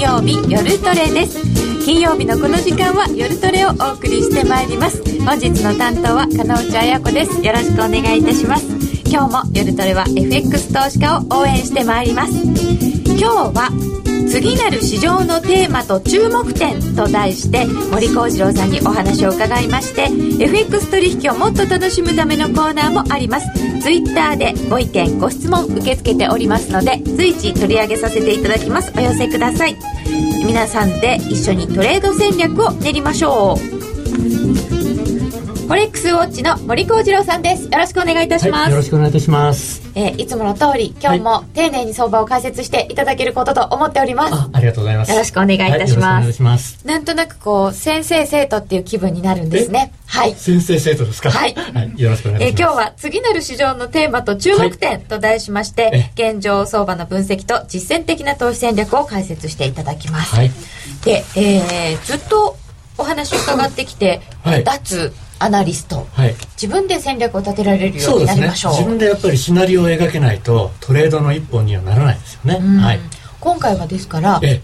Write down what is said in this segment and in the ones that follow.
曜日夜トレです。金曜日のこの時間は夜トレをお送りしてまいります。本日の担当は金内彩子です。よろしくお願いいたします。今日も夜トレは FX 投資家を応援してまいります。今日は次なる市場のテーマと注目点と題して森幸次郎さんにお話を伺いまして、 FX 取引をもっと楽しむためのコーナーもあります。ツイッターでご意見ご質問受け付けておりますので、随時取り上げさせていただきます。お寄せください。皆さんで一緒にトレード戦略を練りましょう。フォレックスウォッチの森幸次郎さんです。よろしくお願いいたします。 よろしくお願いいたします。 いつもの通り今日も丁寧に相場を解説していただけることと思っております。 ありがとうございます。 よろしくお願いいたします。よろしくお願いします。なんとなくこう先生生徒っていう気分になるんですね。はい。 先生生徒ですか。はい。よろしくお願いします。 今日は次なる市場のテーマと注目点と題しまして、現状相場の分析と実践的な投資戦略を解説していただきます。はい。で、ずっとお話を伺ってきて、脱アナリスト、自分で戦略を立てられるようになりましょう。 自分でやっぱりシナリオを描けないとトレードの一本にはならないですよね。はい。 今回はですから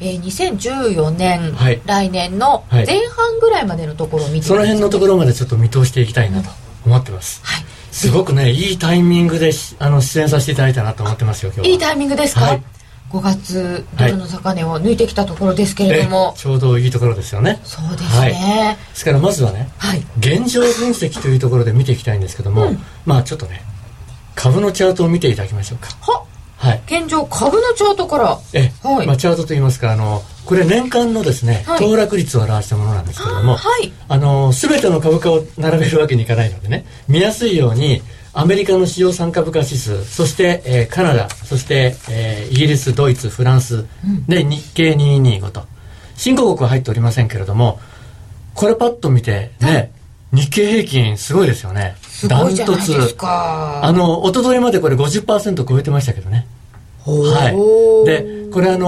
、2014年、来年の前半ぐらいまでのところを見てみます、 その辺のところまでちょっと見通していきたいなと思ってます。はい。すごくね、いいタイミングで出演させていただいたなと思ってますよ今日は。 いいタイミングですか。はい。5月ドルの高値を抜いてきたところですけれども、 ちょうどいいところですよね。 そうですね。 ですからまずはね、現状分析というところで見ていきたいんですけども、まあちょっとね株のチャートを見ていただきましょうか。はい。 現状株のチャートから、 まあ、チャートといいますかこれ年間のですね、騰落率を表したものなんですけれども、全ての株価を並べるわけにいかないのでね、見やすいようにアメリカの主要産株価指数、そして、カナダ、そして、イギリス、ドイツ、フランスで日経225と新興国は入っておりませんけれども、これパッと見てね、日経平均すごいですよね。 ダントツ。一昨日までこれ 50% 超えてましたけどね。はい。でこれ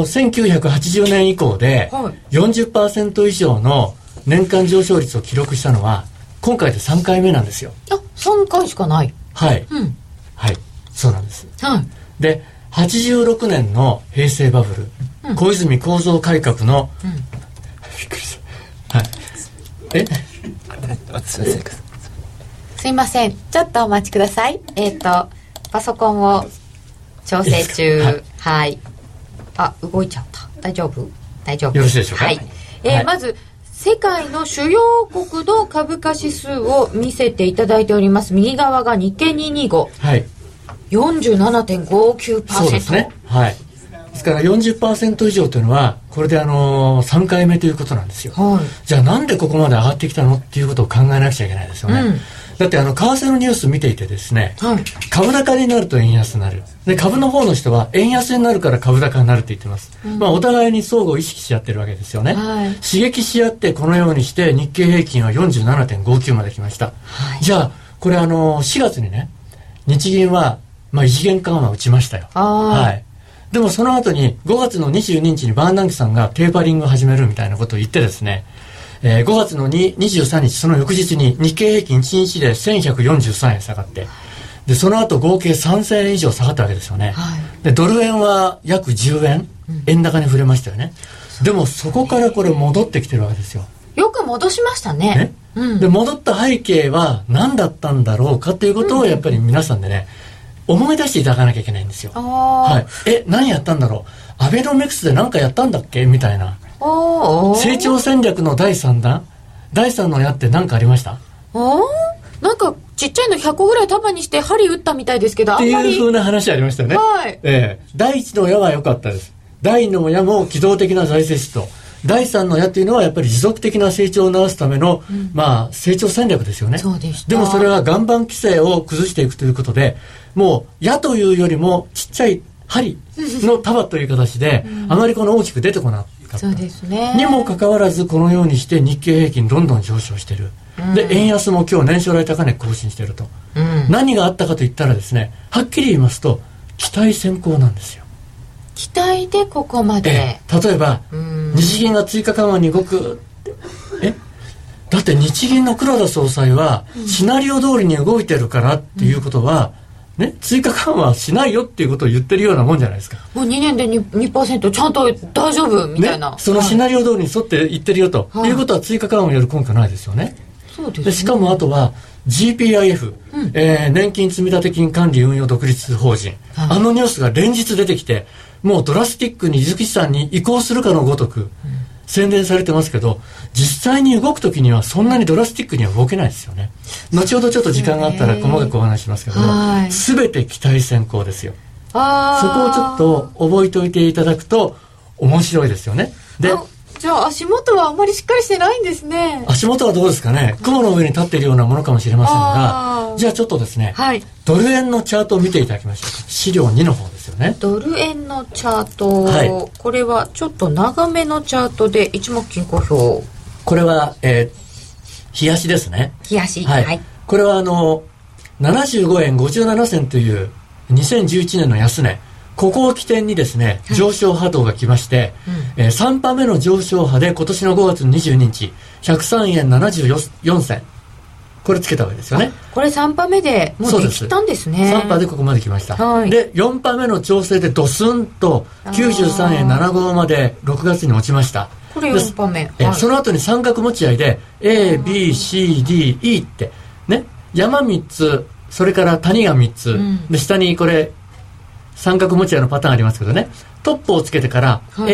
1980年以降で 40% 以上の年間上昇率を記録したのは今回で3回目なんですよ。 3回しかない。 はい、はい、そうなんです。で86年の平成バブル、小泉構造改革の、びっくりした。はい。 すいません、ちょっとお待ちください。パソコンを調整中。はい。動いちゃった。大丈夫？ よろしいでしょうか。はい。 まず世界の主要国の株価指数を見せていただいております。右側が日経225。はい。47.59%。 そうですね。はい。ですから 40% 以上というのはこれで3回目ということなんですよ。じゃあなんでここまで上がってきたのっていうことを考えなくちゃいけないですよね。だって為替のニュース見ていてですね、株高になると円安になる。で株の方の人は円安になるから株高になるって言ってます。まあお互いに相互意識し合ってるわけですよね。刺激し合ってこのようにして日経平均は 47.59 まで来ました。じゃあこれ4月にね日銀は異次元緩和を打ちましたよ。はい。でもその後に5月の22日にバーナンキさんがテーパリングを始めるみたいなことを言ってですね、5月の23日その翌日に日経平均1日で1143円下がって、でその後合計3000円以上下がったわけですよね。でドル円は約10円円高に触れましたよね。でもそこからこれ戻ってきてるわけですよ。 よく戻しましたね。 で戻った背景は何だったんだろうかということをやっぱり皆さんでね思い出していただかなきゃいけないんですよ。何やったんだろう、アベノミクスで何かやったんだっけみたいな。成長戦略の第3弾第3の矢って何かありました？ なんかちっちゃいの100個ぐらい束にして針打ったみたいですけど、 っていう風な話ありましたよね。第1の矢は良かったです。第2の矢も機動的な財政出動、第3の矢というのはやっぱり持続的な成長を直すための、成長戦略ですよね。でもそれは岩盤規制を崩していくということで、もう矢というよりもちっちゃい針の束という形で、あまり大きく出てこなかった。 そうですね。 にもかかわらずこのようにして日経平均どんどん上昇している。で円安も今日年初来高値更新していると。何があったかといったらですね、はっきり言いますと期待先行なんですよ。 期待でここまで、 例えば日銀が追加緩和に動く、だって日銀の黒田総裁はシナリオ通りに動いてるからっていうことは、 ね、追加緩和しないよっていうことを言ってるようなもんじゃないですか。 もう2年で 2% ちゃんと大丈夫みたいな、 ね、そのシナリオ通りに沿って言ってるよと、いうことは追加緩和をやる根拠ないですよね。 そうですね。 でしかもあとは GPIF、年金積立金管理運用独立法人、あのニュースが連日出てきて、もうドラスティックに持続資産に移行するかのごとく、宣伝されてますけど、実際に動くときにはそんなにドラスティックには動けないですよね。後ほどちょっと時間があったら細かくお話しますけども、全て期待先行ですよ。そこをちょっと覚えておいていただくと面白いですよね。で、 じゃあ足元はあんまりしっかりしてないんですね。 足元はどうですかね。雲の上に立っているようなものかもしれませんが、じゃあちょっとですね、ドル円のチャートを見ていただきましょうか。資料2の方ですよね。 ドル円のチャート、これはちょっと長めのチャートで一目均衡表。 これは、日足ですね。 日足、 これは75円57銭という2011年の安値、ここを起点にですね、上昇波動が来まして、3波目の上昇波で今年の5月22日103円74銭、これつけたわけですよね。 これ3波目でもうできたんですね。 3波でここまで来ました、で4波目の調整でドスンと93円75まで6月に落ちました。 これ4波目、 その後に三角持ち合いで ABCDE ってね、山3つ、それから谷が3つ、で下にこれ三角持ち合いのパターンありますけどね、トップをつけてから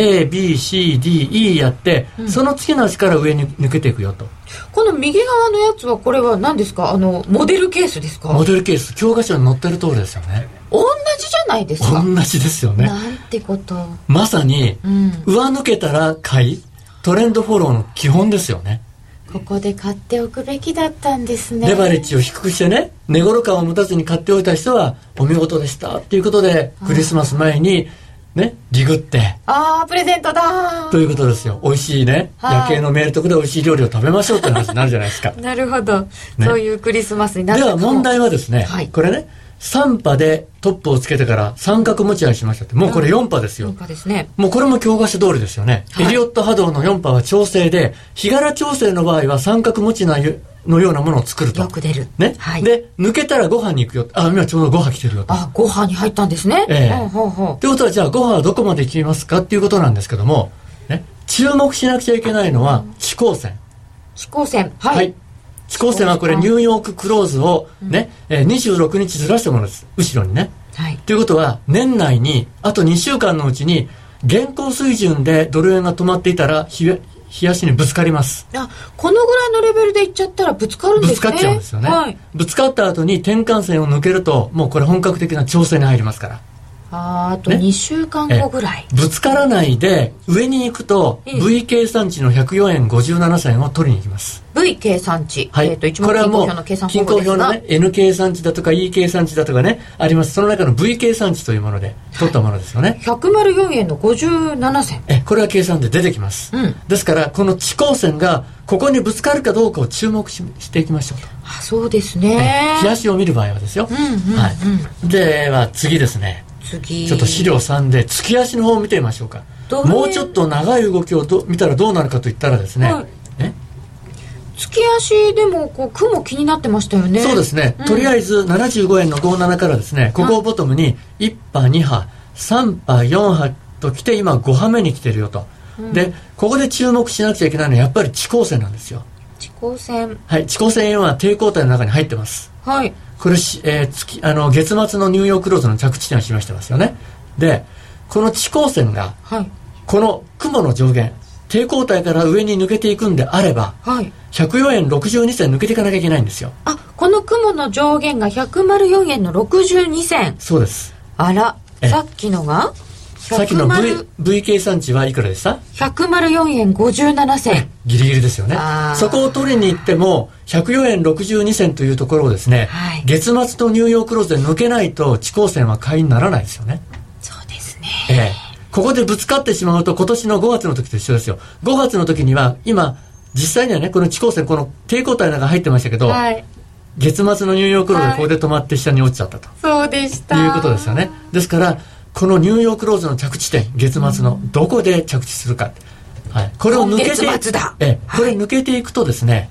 、ABCDE やって、その次の足から上に抜けていくよと。 この右側のやつはこれは何ですか？モデルケースですか？ モデルケース、教科書に載ってる通りですよね。 同じじゃないですか。 同じですよね。 なんてこと。 まさに、上抜けたら買い、トレンドフォローの基本ですよね。 ここで買っておくべきだったんですね。 レバレッジを低くしてね、値頃感を持たずに買っておいた人はお見事でしたっていうことで、クリスマス前にね、リグってプレゼントだということですよ。美味しいね、夜景の明徳で美味しい料理を食べましょうって話になるじゃないですか。 なるほど、そういうクリスマスになってでは問題はですね、これね、3波でトップをつけてから三角持ち合いしましたって、もうこれ4波ですよ。 4波ですね。 もうこれも教科書通りですよね。エリオット波動の4波は調整で、日柄調整の場合は三角持ちのようなものを作ると。 よく出る。 ね。で、抜けたら5波に行くよ。今ちょうど5波来てるよと。 5波に入ったんですね。 ということは、じゃあ5波はどこまで行きますかっていうことなんですけども、ね、注目しなくちゃいけないのは、地高線。 地高線。 地高線はこれニューヨーククローズをね、26日ずらしたものです。後ろにね。ということは、年内に、あと2週間のうちに、現行水準でドル円が止まっていたら、日足にぶつかります。 このぐらいのレベルでいっちゃったらぶつかるんですね。 ぶつかっちゃうんですよね。ぶつかった後に転換線を抜けると、もうこれ本格的な調整に入りますから。 あと2週間後ぐらい、 ぶつからないで上に行くと V 計算値の104円57銭を取りに行きます。 V 計算値、一目均衡表の計算方法ですが、 均衡表のね N 計算値だとか E 計算値だとかねあります。その中の V 計算値というもので取ったものですよね。 104円の57銭、 これは計算で出てきます、ですからこの地高線がここにぶつかるかどうかを注目していきましょうと。 そうですね。 日足を見る場合はですよ。では次ですね。ちょっと資料3で月足の方を見てみましょうか。もうちょっと長い動きを見たらどうなるかといったらですね、 月足でもこう雲気になってましたよね。 そうですね、とりあえず75円の57からですね、ここをボトムに1波2波3波4波と来て今5波目に来てるよと、でここで注目しなくちゃいけないのはやっぱり地高線なんですよ。 地高線、 地高線は抵抗体の中に入ってます。これ月末のニューヨーククローズの着地点を示してますよね。でこの地高線が、この雲の上限抵抗体から上に抜けていくんであれば、104円62銭抜けていかなきゃいけないんですよ。 この雲の上限が104円の62銭。 そうです。 さっきのがさっきの V 計算値はいくらでした？ 104円57銭。 ギリギリですよね。そこを取りに行っても104円62銭というところをですね、月末とニューヨーククローズで抜けないと地高線は買いにならないですよね。 そうですね。 ここでぶつかってしまうと今年の5月の時と一緒ですよ。5月の時には今実際にはねこの地高線この抵抗体の中入ってましたけど、月末のニューヨーククローズでここで止まって下に落ちちゃったと、 そうでしたいうことですよね。ですからこのニューヨーククローズの着地点月末のどこで着地するか、これを抜けて今月末だ、 これ抜けていくとですね、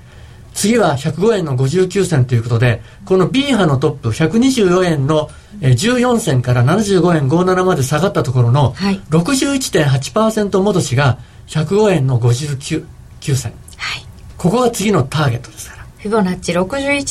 次は105円の59銭ということで、この B 波のトップ124円の14銭から75円57まで下がったところの 61.8% 戻しが105円の59銭、はい、ここが次のターゲットですから。 フィボナッチ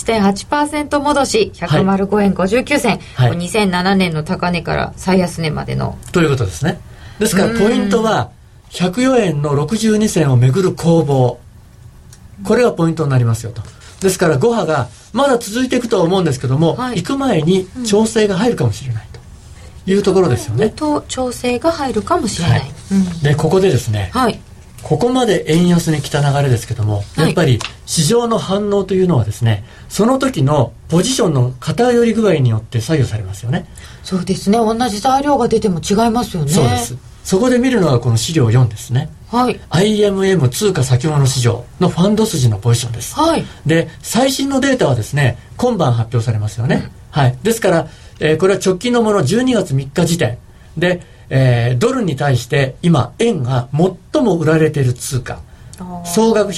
61.8% 戻し105円59銭、はい、2007年の高値から最安値までのということですね。ですからポイントは104円の62銭をめぐる攻防、これがポイントになりますよと。ですから5波がまだ続いていくとは思うんですけども、はい、行く前に調整が入るかもしれないというところですよね。 調整が入るかもしれない、はい、 でここでですね、はい、ここまで円安に来た流れですけども、やっぱり市場の反応というのはですね、その時のポジションの偏り具合によって左右されますよね。 そうですね、同じ材料が出ても違いますよね。 そうです。そこで見るのがこの資料4ですね、はい、IMM 通貨先物市場のファンド筋のポジションです、はい、で最新のデータはですね今晩発表されますよね、はい、ですから、これは直近のもの12月3日時点で、ドルに対して今円が最も売られている通貨、総額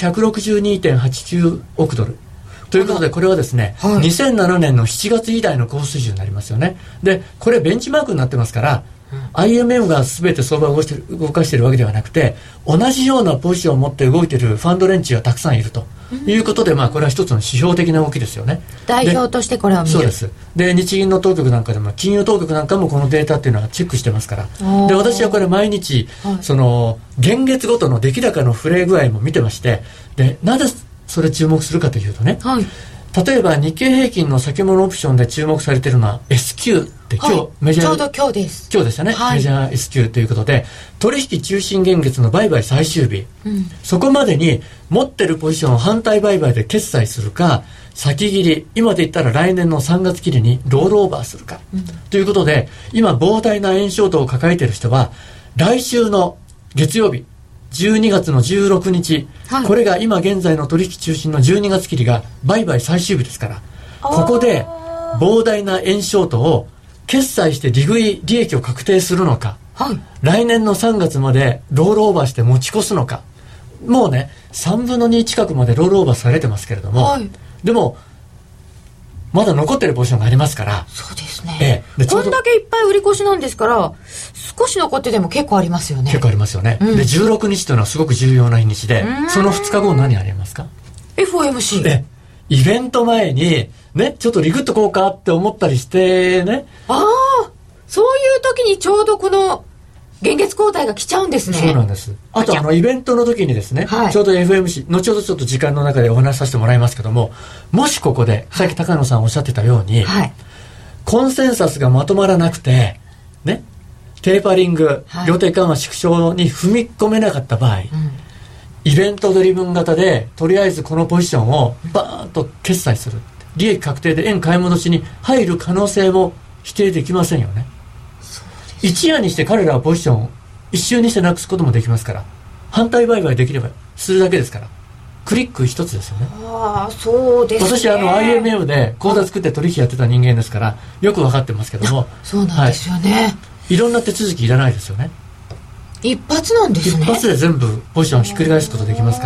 162.89 億ドルということで、これはですね、はい、2007年の7月以来の高水準になりますよね。でこれベンチマークになってますから、IMM が全て相場を動かしているわけではなくて、同じようなポジションを持って動いているファンド連中がたくさんいるということで、これは一つの指標的な動きですよね。 代表としてこれを見る。 そうです。で日銀の当局なんかでも金融当局なんかもこのデータっていうのはチェックしてますから。で私はこれ毎日、はい、その現月ごとの出来高の振れ具合も見てまして、でなぜそれ注目するかというとね、はい、例えば日経平均の先物オプションで注目されているのは S q って今日、はい、メジャーちょうど今日です今日でしたね、はい、メジャー S q ということで取引中心現月の売買最終日、そこまでに持ってるポジションを反対売買で決済するか、先切り、今で言ったら来年の3月切りにロールオーバーするか、ということで今膨大な円ショートを抱えている人は来週の月曜日12月の16日、はい、これが今現在の取引中心の12月切りが売買最終日ですから、ここで膨大な円ショートを決済して利益を確定するのか、はい、来年の3月までロールオーバーして持ち越すのか、もうね3分の2近くまでロールオーバーされてますけれども、はい、でもまだ残ってるポジションがありますから。 そうですね、でこんだけいっぱい売り越しなんですから少し残ってでも結構ありますよね。 結構ありますよね、で16日というのはすごく重要な日にちで、その2日後何ありますか？ FOMC イベント前にねちょっとリグっとこうかって思ったりしてね、 そういう時にちょうどこの現月交代が来ちゃうんですね。 そうなんです。あとイベントの時にですね、はい、ちょうど FMC 後ほどちょっと時間の中でお話しさせてもらいますけども、もしここでさっき高野さんおっしゃってたように、はい、コンセンサスがまとまらなくてね、テーパリング、量的緩和縮小に踏み込めなかった場合、イベントドリブン型でとりあえずこのポジションをバーンと決済する、利益確定で円買い戻しに入る可能性も否定できませんよね。一夜にして彼らはポジションを一瞬にしてなくすこともできますから、反対売買できればするだけですから、クリック一つですよね。 そうですね。 私IMM で口座作って取引やってた人間ですからよく分かってますけども、 そうなんですよね、はい、 いろんな手続きいらないですよね。 一発なんですね。 一発で全部ポジションをひっくり返すことできますから、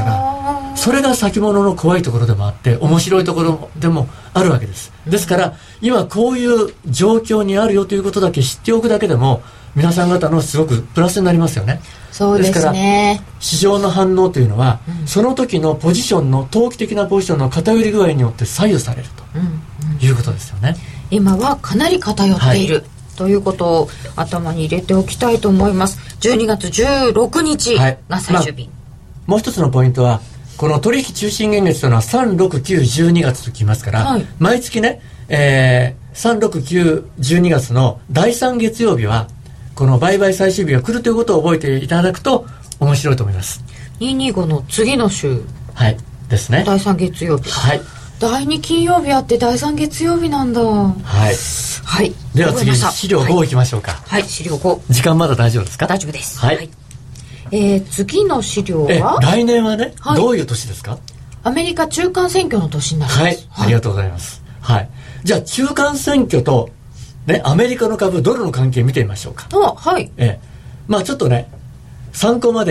それが先物の怖いところでもあって面白いところでもあるわけです。ですから今こういう状況にあるよということだけ知っておくだけでも皆さん方のすごくプラスになりますよね。 そうですね。ですから市場の反応というのは、その時のポジションの投機的なポジションの偏り具合によって左右されるということですよね。 今はかなり偏っている、ということを頭に入れておきたいと思います。12月16日が最終日、 もう一つのポイントはこの取引中心現月というのは36912月ときますから、毎月ね、36912月の第3月曜日はこの売買最終日が来るということを覚えていただくと面白いと思います。 225の次の週、 はいですね、 第3月曜日、 はい、 第2金曜日あって第3月曜日なんだ。はい、はい、 では次資料5いきましょうか。 はい、資料5。 時間まだ大丈夫ですか？ 大丈夫です。 はい、 次の資料は来年はね、どういう年ですか？ アメリカ中間選挙の年になります。 はい、ありがとうございます。はい、じゃあ中間選挙とね、アメリカの株ドルの関係見てみましょうか。 はい。 ちょっとね参考までに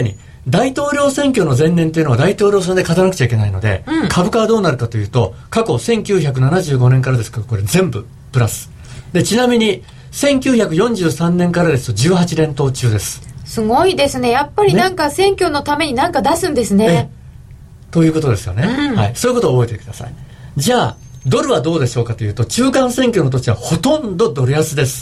大統領選挙の前年というのは大統領選で勝たなくちゃいけないので、株価はどうなるかというと、過去1975年からですけど、これ全部プラスで、ちなみに1943年からですと18連投中です。 すごいですね。やっぱりなんか選挙のために何か出すんですね。 ということですよね、はい、そういうことを覚えてください。じゃあドルはどうでしょうかというと、中間選挙の土地はほとんどドル安です。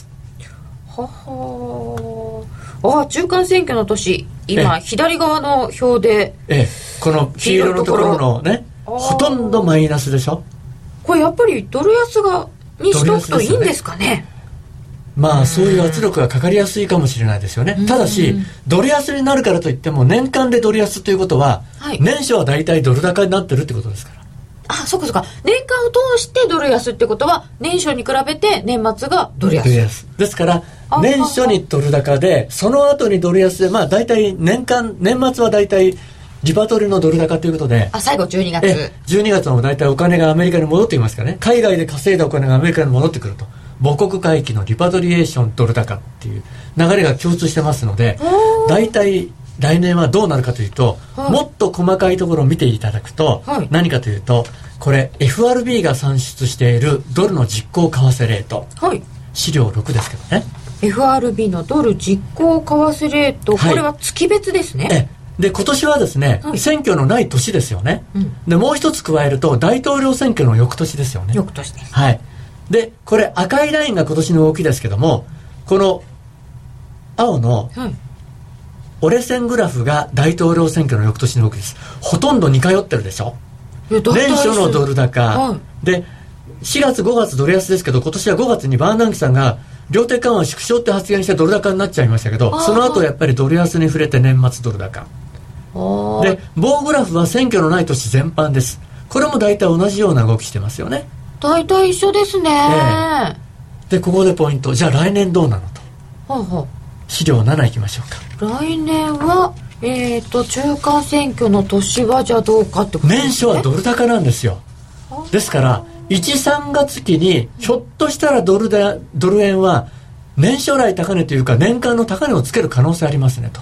中間選挙の年、今左側の表で、 この黄色のところのね、ほとんどマイナスでしょ。 これやっぱりドル安にしとくといいんですかね。 まあそういう圧力がかかりやすいかもしれないですよね。ただしドル安になるからといっても、年間でドル安ということは、年初はだいたいドル高になってるってことですから。 そうかそうか。年間を通してドル安ってことは、年初に比べて年末がドル安ですから、年初にドル高で、その後にドル安で、まあ大体年末は大体リパトリのドル高ということで、 最後12月 12月も大体お金がアメリカに戻ってきますからね。海外で稼いだお金がアメリカに戻ってくると、母国回帰のリパトリエーションドル高っていう流れが共通してますので、大体来年はどうなるかというと、もっと細かいところを見ていただくと、何かというと、これ FRB が算出しているドルの実行為替レート、資料6ですけどね、 FRB のドル実行為替レート、これは月別ですね。 で今年はですね、選挙のない年ですよね、でもう一つ加えると大統領選挙の翌年ですよね。 翌年です。 でこれ赤いラインが今年の動きですけども、この青の折れ線グラフが大統領選挙の翌年の動きです。ほとんど似通ってるでしょ。年初のドル高、で4月5月ドル安ですけど、今年は5月にバーナンキさんが量的緩和縮小って発言してドル高になっちゃいましたけど、その後やっぱりドル安に触れて年末ドル高で、棒グラフは選挙のない年全般です。これも大体同じような動きしてますよね。 大体一緒ですね、 でここでポイント、じゃあ来年どうなのと、資料7いきましょうか。来年は中間選挙の年はじゃあどうかってことですね。 年初はドル高なんですよ。ですから1、3月期にひょっとしたらドル円は年初来高値というか年間の高値をつける可能性ありますねと。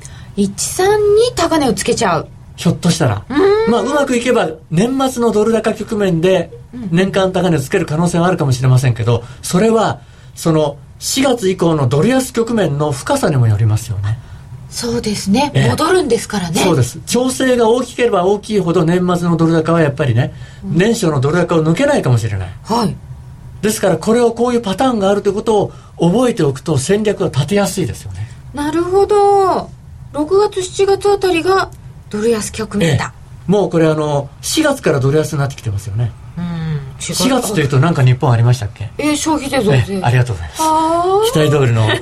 1、3に高値をつけちゃう、 ひょっとしたらうまくいけば年末のドル高局面で年間高値をつける可能性はあるかもしれませんけど、それはその4月以降のドル安局面の深さにもよりますよね。 そうですね、戻るんですからね。 そうです。調整が大きければ大きいほど年末のドル高はやっぱりね、年初のドル高を抜けないかもしれない、ですからこういうパターンがあるということを覚えておくと戦略が立てやすいですよね。 なるほど。6月7月あたりがドル安局面だ、 もうこれ4月からドル安になってきてますよね。4月というと何か日本ありましたっけ。 消費税増税、 ありがとうございます。期待通りの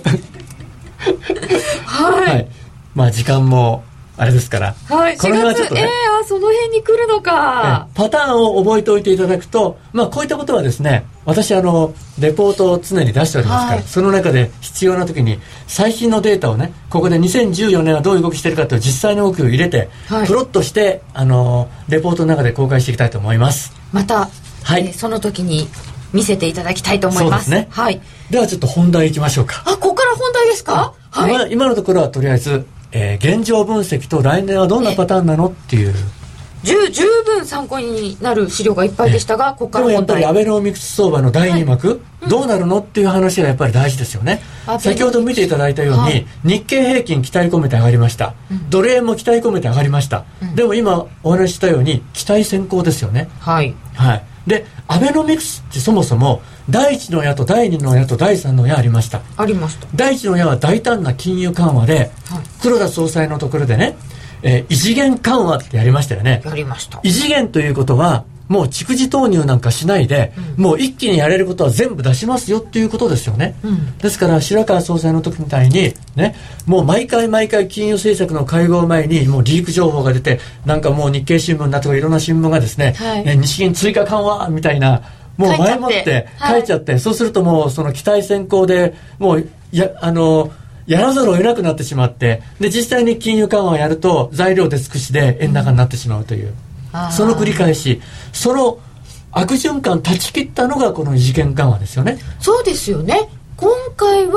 まあ時間もあれですから、 この辺はちょっとね、その辺に来るのか、 パターンを覚えておいていただくと、こういったことはですね、私レポートを常に出しておりますから、その中で必要な時に最新のデータをね、ここで2014年はどういう動きしてるかという実際の動きを入れて、プロットしてレポートの中で公開していきたいと思います。 また、その時に見せていただきたいと思います。 そうですね、ではちょっと本題いきましょうか。 ここから本題ですか。 今のところはとりあえず、現状分析と来年はどんなパターンなのっていう十分参考になる資料がいっぱいでしたが、ここから本題。でもやっぱりアベノミクス相場の第2幕、どうなるのっていう話がやっぱり大事ですよね。先ほど見ていただいたように、日経平均期待込めて上がりました、ドル円も期待込めて上がりました、でも今お話ししたように期待先行ですよね。でアベノミクスってそもそも第1の矢と第2の矢と第3の矢ありました。第1の矢は大胆な金融緩和で、黒田総裁のところでね、異次元緩和ってやりましたよね。異次元ということはもう蓄次投入なんかしないで、もう一気にやれることは全部出しますよっていうことですよね、ですから白川総裁の時みたいにね、もう毎回金融政策の会合前にもうリーク情報が出て、なんかもう日経新聞だとかいろんな新聞がですね、日銀追加緩和みたいな、もう前もって書いちゃって、そうするともうその期待先行でもうやらざるを得なくなってしまって、で実際に金融緩和をやると材料出尽くしで円高になってしまうという、その繰り返し、その悪循環断ち切ったのがこの異次元緩和ですよね。 そうですよね。今回は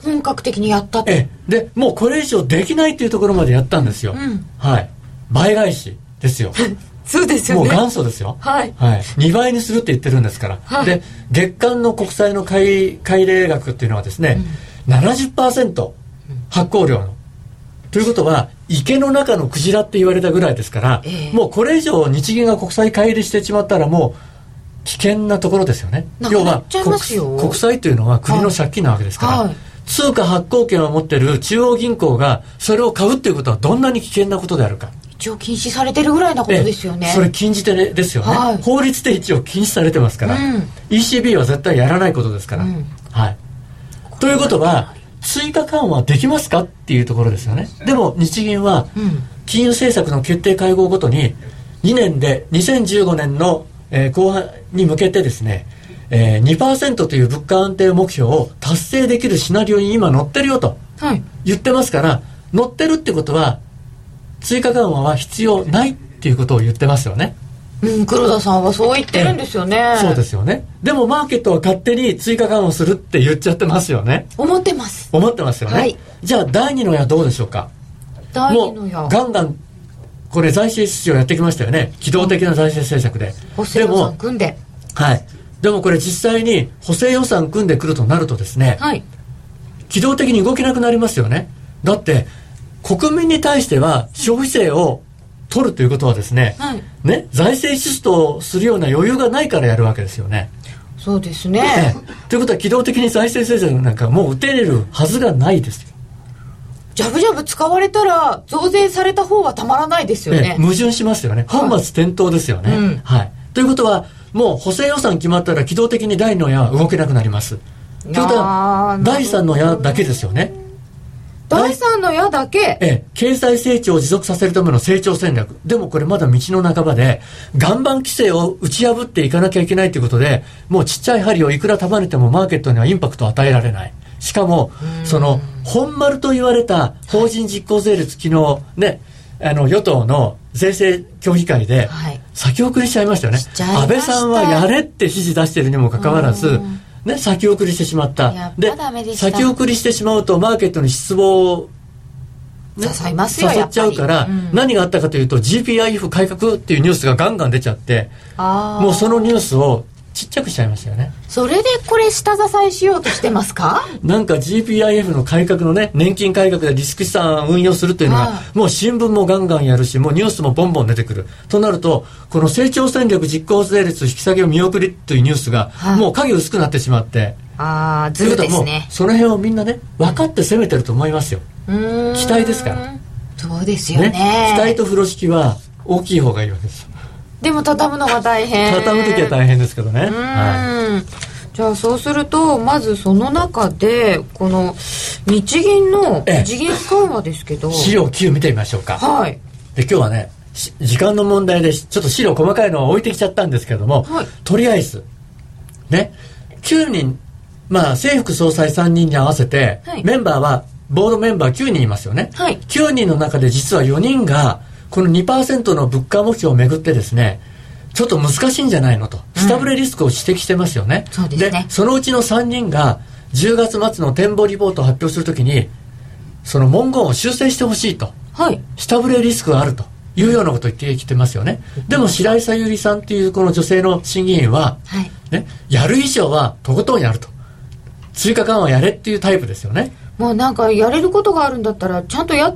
本格的にやったって。 でもうこれ以上できないっていうところまでやったんですよ、はい、倍返しですよそうですよね、 もう元祖ですよ、 はいはい、2倍にするって言ってるんですから、はい、で月間の国債の買入額っていうのはですね、70% 発行量のということは池の中のクジラって言われたぐらいですから、もうこれ以上日銀が国債買い入れしてしまったらもう危険なところですよね。要は国債というのは国の借金なわけですから、はい、通貨発行権を持っている中央銀行がそれを買うということはどんなに危険なことであるか。 一応禁止されてるぐらいなことですよね。 それ禁じ手ですよね、はい、法律で一応禁止されてますから、ECB は絶対やらないことですから、はい、ということは追加緩和できますかっていうところですよね。でも日銀は金融政策の決定会合ごとに2年で2015年の後半に向けてですね、2% という物価安定目標を達成できるシナリオに今載ってるよと言ってますから、載ってるってことは追加緩和は必要ないっていうことを言ってますよね。 黒田さんはそう言ってるんですよね。 そうですよね。でもマーケットは勝手に追加緩和するって言っちゃってますよね。 思ってますよね、はい、じゃあ第2の矢どうでしょうか。 第2の矢もうガンガンこれ財政出動やってきましたよね。機動的な財政政策で、 補正予算組んで、 はい、でもこれ実際に補正予算組んでくるとなるとですね、はい、機動的に動けなくなりますよね。だって国民に対しては消費税を取るということはですね、はい、ね、財政出動するような余裕がないからやるわけですよね。 そうですね。 ということは機動的に財政政策なんかもう打てれるはずがないですよ。 ジャブジャブ使われたら増税された方はたまらないですよね。 矛盾しますよね。本末転倒ですよね、はい、ということはもう補正予算決まったら機動的に第2の矢は動けなくなります。ということは第3の矢だけですよね。 第3の矢だけ、 経済成長を持続させるための成長戦略。でもこれまだ道の半ばで岩盤規制を打ち破っていかなきゃいけないということで、もうちっちゃい針をいくら束ねてもマーケットにはインパクトを与えられない。しかもその本丸と言われた法人実効税率、昨日ね、与党の税制協議会で先送りしちゃいましたよね。安倍さんはやれって指示出しているにもかかわらずね、先送りしてしまった。で先送りしてしまうとマーケットに失望を、 ね、誘いますよ、 誘っちゃうから、何があったかというと GPIF 改革っていうニュースがガンガン出ちゃって、もうそのニュースをちっちゃくしちゃいましたよね。 それでこれ下支えしようとしてますかなんか GPIF の改革のね、年金改革でリスク資産運用するというのが、もう新聞もガンガンやるし、もうニュースもボンボン出てくるとなると、この成長戦略実効税率引き下げを見送りというニュースがもう影薄くなってしまって、 ずるですね。 その辺をみんなね分かって攻めてると思いますよ。期待ですから。 そうですよ ね。 期待と風呂敷は大きい方がいいわけです。 でも畳むのが大変。 畳む時は大変ですけどね。 じゃあそうするとまずその中でこの日銀の日銀緩和ですけど、 資料9見てみましょうか。 はい。 で今日はね時間の問題でちょっと資料細かいのを置いてきちゃったんですけども、はい、とりあえずね9人、政府総裁3人に合わせて、はい、メンバーはボードメンバー9人いますよね、はい、9人の中で実は4人がこの 2% の物価目標をめぐってですね、ちょっと難しいんじゃないのと下振れリスクを指摘してますよね、 そうですね。 でそのうちの3人が10月末の展望リポートを発表するときにその文言を修正してほしいと、はい、下振れリスクがあるというようなことを言ってきてますよね。でも白井さゆりさんというこの女性の審議員は、はいね、やる以上はとことんやると、追加緩和やれっていうタイプですよね。 もうなんかやれることがあるんだったらちゃんとやって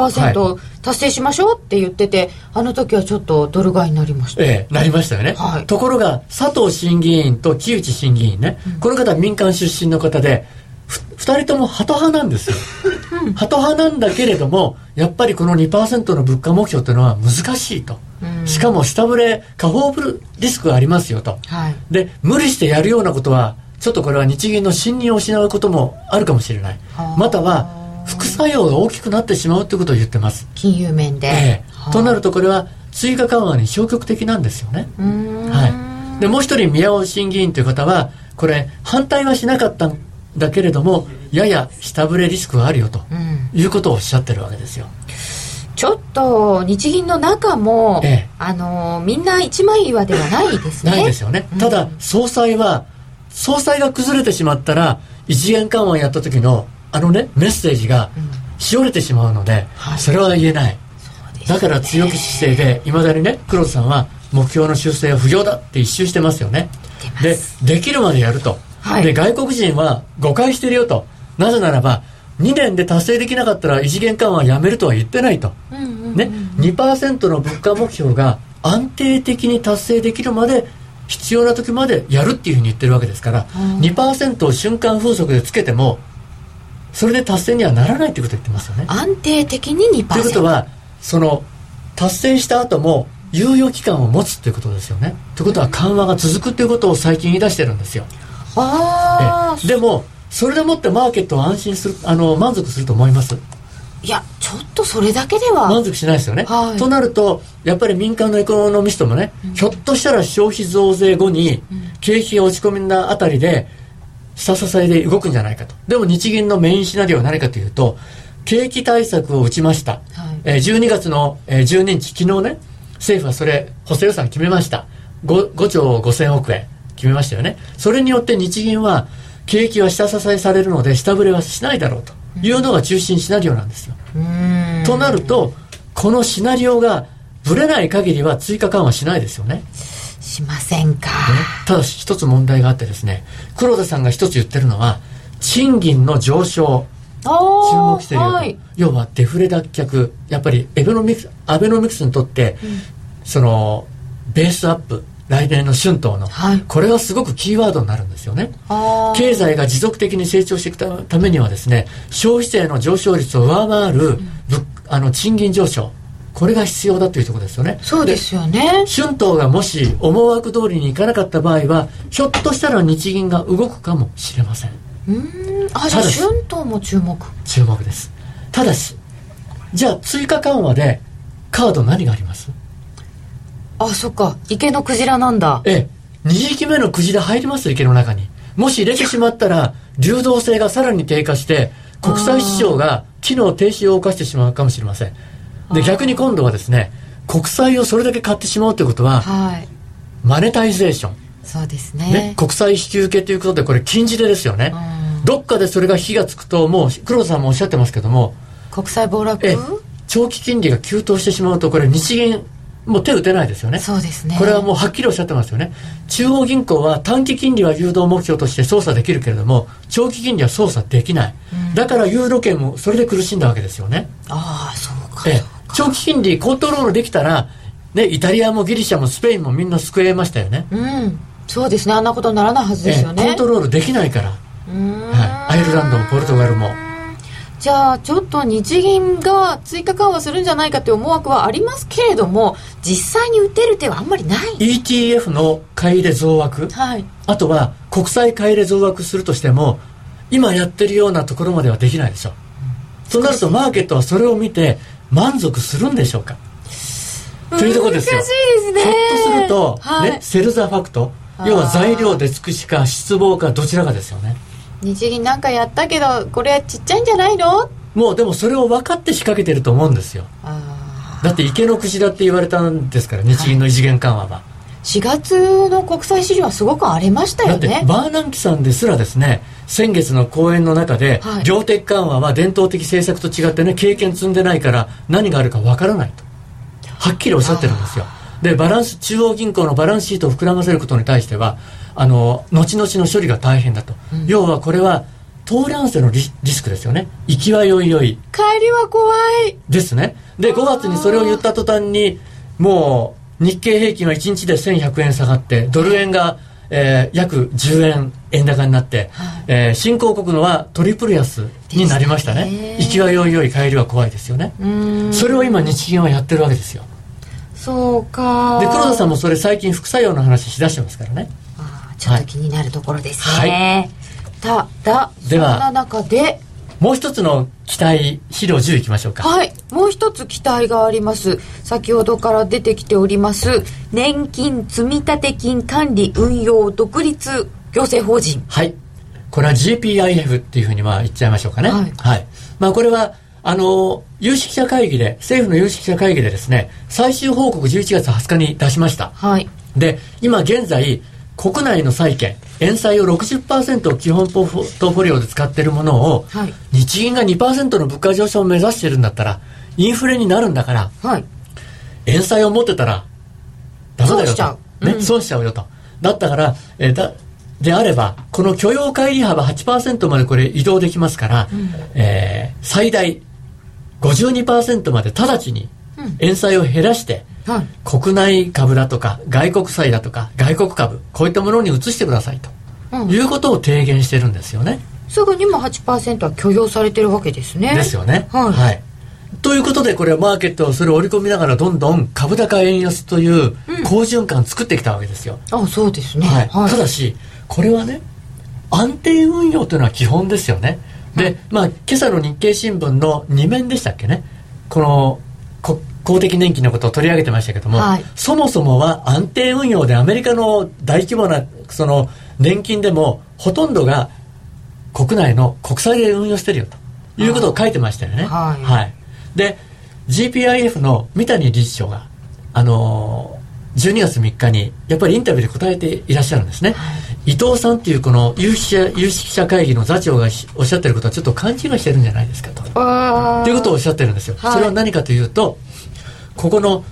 2% 達成しましょうって言ってて、あの時はちょっとドル買いになりました、 なりましたよね、はい、ところが佐藤審議員と木内審議員ね、この方は民間出身の方で2人ともハト派なんですよハト派なんだけれどもやっぱりこの 2% の物価目標というのは難しいと、しかも下振れ下方リスクがありますよと、はい、で無理してやるようなことはちょっとこれは日銀の信任を失うこともあるかもしれない、または副作用が大きくなってしまうということを言ってます。 金融面で、 となるとこれは追加緩和に消極的なんですよね。はい、でもう一人宮尾審議員という方はこれ反対はしなかったんだけれどもやや下振れリスクがあるよということをおっしゃってるわけですよ。 ちょっと日銀の中も、みんな一枚岩ではないですね。 ないですよね。ただ総裁が崩れてしまったら異次元緩和をやった時のメッセージがしおれてしまうので、それは言えない。だから強気姿勢でいまだにね、黒田さんは目標の修正は不要だって一周してますよね。できるまでやると、で外国人は誤解してるよと。なぜならば2年で達成できなかったら異次元緩和はやめるとは言ってないと、2% の物価目標が安定的に達成できるまで必要な時までやるっていうふうに言ってるわけですから、2% を瞬間風速でつけてもそれで達成にはならないということを言ってますよね。 安定的に 2%。 ということはその達成した後も猶予期間を持つということですよね。ということは緩和が続くということを最近言い出してるんですよ。でもそれでもってマーケットを安心する満足すると思います？ いや、ちょっとそれだけでは満足しないですよね、となるとやっぱり民間のエコノミストもね、ひょっとしたら消費増税後に景気が落ち込みなあたりで下支えで動くんじゃないかと。でも日銀のメインシナリオは何かというと、景気対策を打ちました、12月の12日昨日ね、政府はそれ補正予算決めました。 5兆5000億円決めましたよね。それによって日銀は景気は下支えされるので下振れはしないだろうというのが中心シナリオなんですよ。となるとこのシナリオがぶれない限りは追加緩和しないですよね。 しませんか、 ただし一つ問題があってですね、黒田さんが一つ言ってるのは賃金の上昇注目しているよと、要はデフレ脱却、やっぱりアベノミクスにとって、そのベースアップ、来年の春闘の、これはすごくキーワードになるんですよね。経済が持続的に成長していくためにはですね、消費税の上昇率を上回る賃金上昇、これが必要だというところですよね。 そうですよね。 春闘がもし思惑通りにいかなかった場合はひょっとしたら日銀が動くかもしれません。 じゃあ春闘も注目です。ただしじゃあ追加緩和でカード何があります？ そっか、池のクジラなんだ。 2匹目のクジラ入りますよ、池の中に。もし入れてしまったら流動性がさらに低下して国際市場が機能停止を犯してしまうかもしれません。で逆に今度はですね、国債をそれだけ買ってしまうということは、マネタイゼーション、 そうですね、 国債引き受けということでこれ禁じ手ですよね。どっかでそれが火がつくと、もう黒田さんもおっしゃってますけども、 国債暴落、 長期金利が急騰してしまうとこれ日銀もう手打てないですよね。 そうですね、 これはもうはっきりおっしゃってますよね。中央銀行は短期金利は誘導目標として操作できるけれども長期金利は操作できない、だからユーロ圏もそれで苦しんだわけですよね。 そうか、 長期金利コントロールできたら、イタリアもギリシャもスペインもみんな救えましたよね。 そうですね、あんなことにならないはずですよね。 コントロールできないから、アイルランドもポルトガルも。 じゃあちょっと日銀が追加緩和するんじゃないかという思惑はありますけれども、実際に打てる手はあんまりない。 ETF の買い入れ増枠、あとは国債買い入れ増枠するとしても今やってるようなところまではできないでしょ。そうなるとマーケットはそれを見て満足するんでしょうかというところですよ。 難しいですね。 ひょっとすると、セルザファクト、要は材料で尽くしか失望かどちらかですよね。 日銀なんかやったけどこれちっちゃいんじゃないの？ もうでもそれを分かって仕掛けてると思うんですよ。だって池のクジラって言われたんですから、日銀の異次元緩和は。 4月の国際市場はすごく荒れましたよね。 だってバーナンキさんですらですね、先月の講演の中で、量的緩和は伝統的政策と違ってね、経験積んでないから何があるか分からないとはっきりおっしゃってるんですよ。で中央銀行のバランスシートを膨らませることに対しては後々の処理が大変だと、要はこれはトーランセのリスクですよね。行きはよいよい、 帰りは怖いですね。で5月にそれを言った途端にもう日経平均は1日で1100円下がってドル円が、約10円円高になって、新興国のはトリプル安になりましたね。行きはよいよい、帰りは怖いですよね。それを今日銀はやってるわけですよ。 そうか。 で黒田さんもそれ最近副作用の話しだしてますからね。 ちょっと気になるところですね。ただそんな中でもう一つの期待、資料10いきましょうか。 もう一つ期待があります。先ほどから出てきております年金積立金管理運用独立行政法人。 これは GPIF っていうふうに言っちゃいましょうかね。これは有識者会議で、政府の有識者会議でですね、最終報告11月20日に出しました。で今現在国内の債券、円債を 60% を基本ポートフォリオで使っているものを、はい、日銀が 2% の物価上昇を目指しているんだったら、インフレになるんだから、はい、円債を持ってたらダメだよと。損しちゃう。ね、損しちゃうよと。だったから、であれば、この許容乖離幅 8% までこれ移動できますから、最大 52% まで直ちに円債を減らして、はい、国内株だとか外国債だとか外国株こういったものに移してくださいと、いうことを提言してるんですよね。 すぐにも 8% は許容されてるわけですね。 ですよね。はい、はい、ということでこれはマーケットをそれを織り込みながらどんどん株高円安という好循環作ってきたわけですよ。 あ、そうですね。 はいはい、ただしこれはね、安定運用というのは基本ですよね。で、今朝の日経新聞の2面でしたっけね、この公的年金のことを取り上げてましたけども、はい、そもそもは安定運用でアメリカの大規模なその年金でもほとんどが国内の国債で運用してるよということを書いてましたよね。はいはい、で GPIF の三谷理事長が12月3日にやっぱりインタビューで答えていらっしゃるんですね。はい、伊藤さんっていうこの有識者会議の座長がおっしゃってることはちょっと勘違いしてるんじゃないですかということをおっしゃってるんですよ。はい、それは何かというと、ここの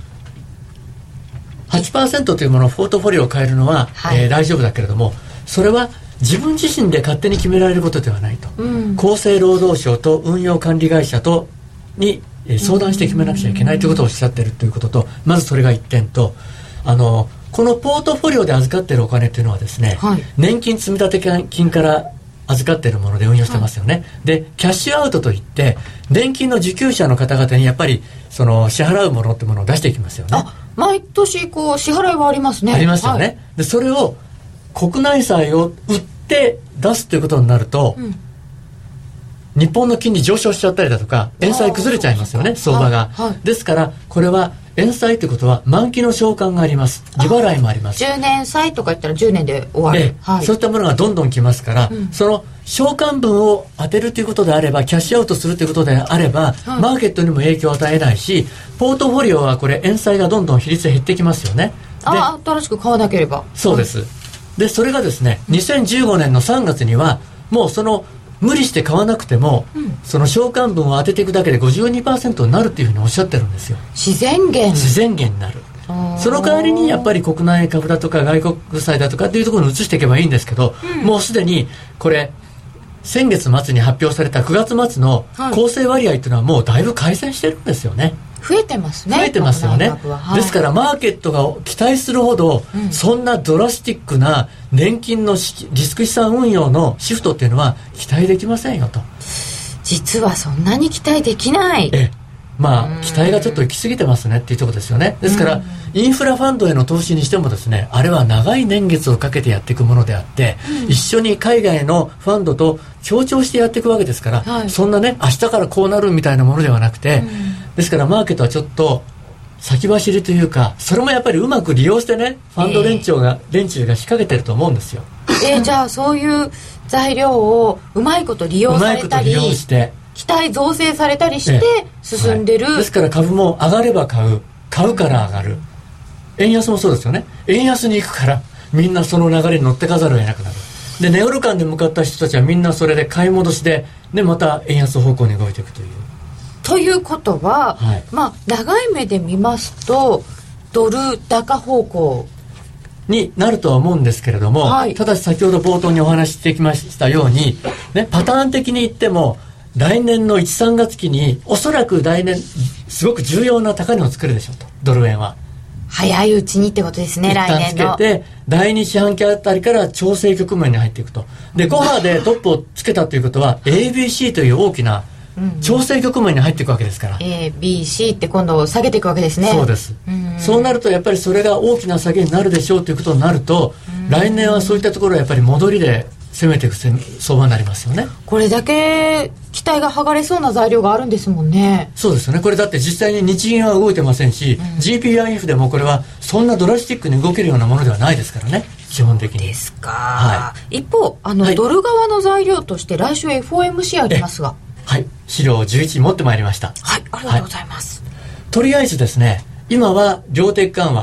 8% というものをポートフォリオを変えるのは、はい、大丈夫だけれども、それは自分自身で勝手に決められることではないと、厚生労働省と運用管理会社とに相談して決めなくちゃいけないということをおっしゃっているということと、まずそれが1点と、このポートフォリオで預かっているお金というのはですね、はい、年金積立金から預かっているもので運用してますよね。はい、でキャッシュアウトといって年金の受給者の方々にやっぱりその支払うものってものを出していきますよね。 あ、毎年こう支払いはありますね。 ありますよね。はい、でそれを国内債を売って出すということになると、日本の金利上昇しちゃったりだとか円債崩れちゃいますよね、相場が。はいはい、ですからこれは円債ということは満期の償還があります。利払いもあります。 10年債とか言ったら10年で終わる。 はい、そういったものがどんどん来ますから、その償還分を当てるということであれば、キャッシュアウトするということであれば、マーケットにも影響を与えないし、ポートフォリオはこれ円債がどんどん比率減ってきますよね。 新しく買わなければ。 そうです。でそれがですね、2015年の3月にはもうその無理して買わなくても、その償還分を当てていくだけで 52% になるっていうふうにおっしゃってるんですよ。 自然減になる。その代わりにやっぱり国内株だとか外国債だとかっていうところに移していけばいいんですけど、もうすでにこれ先月末に発表された9月末の構成割合っていうのはもうだいぶ改善してるんですよね。 増えてますね。 増えてますよね。はい、ですからマーケットが期待するほど、そんなドラスティックな年金のリスク資産運用のシフトっていうのは期待できませんよと。 実はそんなに期待できない。 期待がちょっと行き過ぎてますねっていうところですよね。ですからインフラファンドへの投資にしてもですね、あれは長い年月をかけてやっていくものであって、一緒に海外のファンドと協調してやっていくわけですから、そんなね明日からこうなるみたいなものではなくて、ですからマーケットはちょっと先走りというか、それもやっぱりうまく利用してね、ファンド連中が仕掛けてると思うんですよ。 じゃあそういう材料をうまいこと利用されたり、期待造成されたりして進んでる。 ですから株も上がれば買うから上がる。円安もそうですよね。円安に行くからみんなその流れに乗ってかざるを得なくなる。でネオル感で向かった人たちはみんなそれで買い戻しで、また円安方向に動いていくという。 ということは、長い目で見ますとドル高方向になるとは思うんですけれども、ただし先ほど冒頭にお話ししてきましたように、パターン的に言っても来年の 1,3 月期におそらく来年すごく重要な高値を作るでしょうと、ドル円は。 早いうちにってことですね。来年の一旦つけて第2四半期あたりから調整局面に入っていくと。で5波でトップをつけたということは ABC という大きな調整局面に入っていくわけですから、 ABC って今度下げていくわけですね。 そうです。そうなるとやっぱりそれが大きな下げになるでしょうということになると、来年はそういったところはやっぱり戻りで攻めていく相場になりますよね。 これだけ期待が剥がれそうな材料があるんですもんね。 そうですよね。これだって実際に日銀は動いてませんし、GPIF でもこれはそんなドラスティックに動けるようなものではないですからね、基本的に。 ですか。一方ドル側の材料として来週 FOMC ありますが、 資料11持ってまいりました。 ありがとうございます。 とりあえずですね、今は量的緩和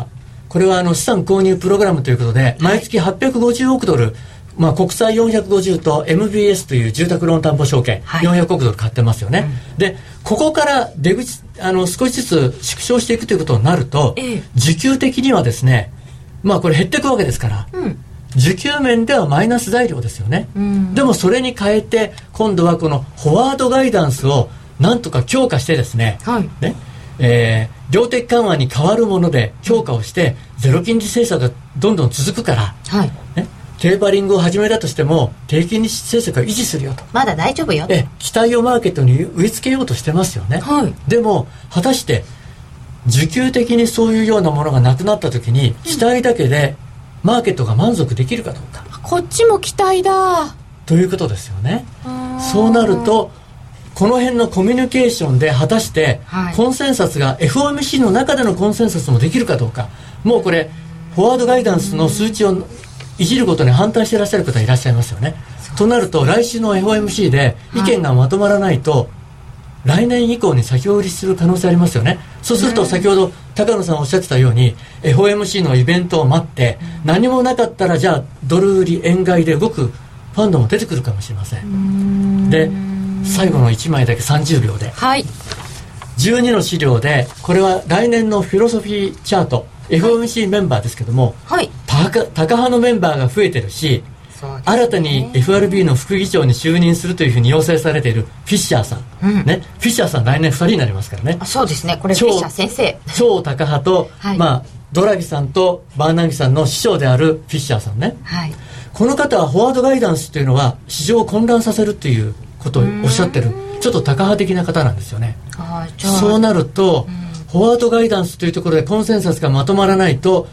これは資産購入プログラムということで、毎月850億ドル、国債450と MBS という住宅ローン担保証券、400億ドル買ってますよね、でここから出口少しずつ縮小していくということになると、需給的にはですね、これ減っていくわけですから、需給面ではマイナス材料ですよね、でもそれに変えて今度はこのフォワードガイダンスをなんとか強化してですね、量的緩和に変わるもので強化をしてゼロ金利政策がどんどん続くから、テーパリングを始めたとしても低金利政策は維持するよと、 まだ大丈夫よ、 期待をマーケットに植え付けようとしてますよね、でも果たして需給的にそういうようなものがなくなった時に期待だけでマーケットが満足できるかどうか、 こっちも期待だということですよね。そうなるとこの辺のコミュニケーションで果たしてコンセンサスが FOMC の中でのコンセンサスもできるかどうか、もうこれフォワードガイダンスの数値をいじることに反対していらっしゃる方いらっしゃいますよね。となると来週の FOMC で意見がまとまらないと、来年以降に先売りする可能性ありますよね。そうすると先ほど高野さんおっしゃってたように FOMC のイベントを待って何もなかったらじゃあドル売り円買いで動くファンドも出てくるかもしれません。で最後の1枚だけ30秒で、12の資料でこれは来年のフィロソフィーチャート、FOMC メンバーですけども、タカ派のメンバーが増えてるし、新たに FRB の副議長に就任するというふうに要請されているフィッシャーさん、フィッシャーさん来年2人になりますからね。 そうですね、これフィッシャー先生超タカ派と、ドラギさんとバーナンキさんの師匠であるフィッシャーさんね、この方はフォワードガイダンスというのは市場を混乱させるということをおっしゃってる、ちょっとタカ派的な方なんですよね。そうなると、フォワードガイダンスというところでコンセンサスがまとまらないと、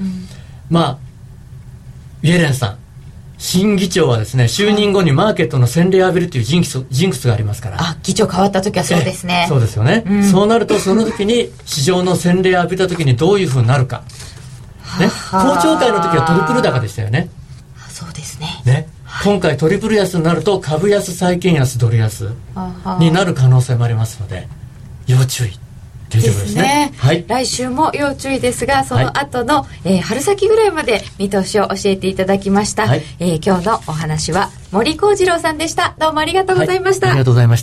イエレンさん新議長はですね、就任後にマーケットの洗礼を浴びるというジンクスがありますから。 議長変わった時はそうですね。 そうですよね、そうなるとその時に市場の洗礼を浴びた時にどういうふうになるか、公聴会の時はトリプル高でしたよね。 そうですね。 今回トリプル安になると株安債券安ドル安になる可能性もありますので要注意というところですね。 来週も要注意ですが、その後の、春先ぐらいまで見通しを教えていただきました、今日のお話は森幸次郎さんでした。どうもありがとうございました。 ありがとうございました。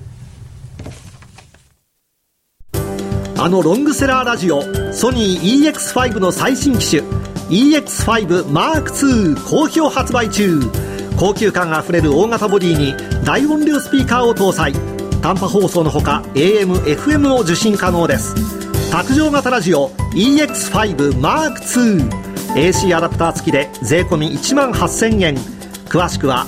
ロングセラーラジオソニー EX5 の最新機種 EX5 M2 好評発売中。高級感あふれる大型ボディに大音量スピーカーを搭載。短波放送のほか AM、FM を受信可能です。卓上型ラジオ EX5 M2 AC アダプター付きで税込18,000円。詳しくは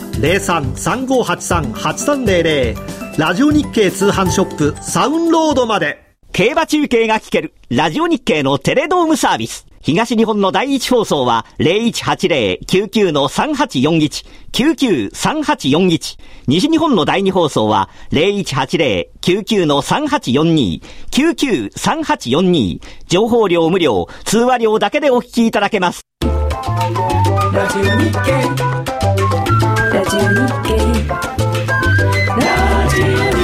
03-3583-8300 ラジオ日経通販ショップサウンロードまで。 競馬中継が聞けるラジオ日経のテレドームサービス。東日本の第一放送は 0180-99-3841 99-3841。西日本の第二放送は 0180-99-3842 99-3842。情報量無料、通話料だけでお聞きいただけます。 ラジオ日経ラジオ日経ラジオ日経。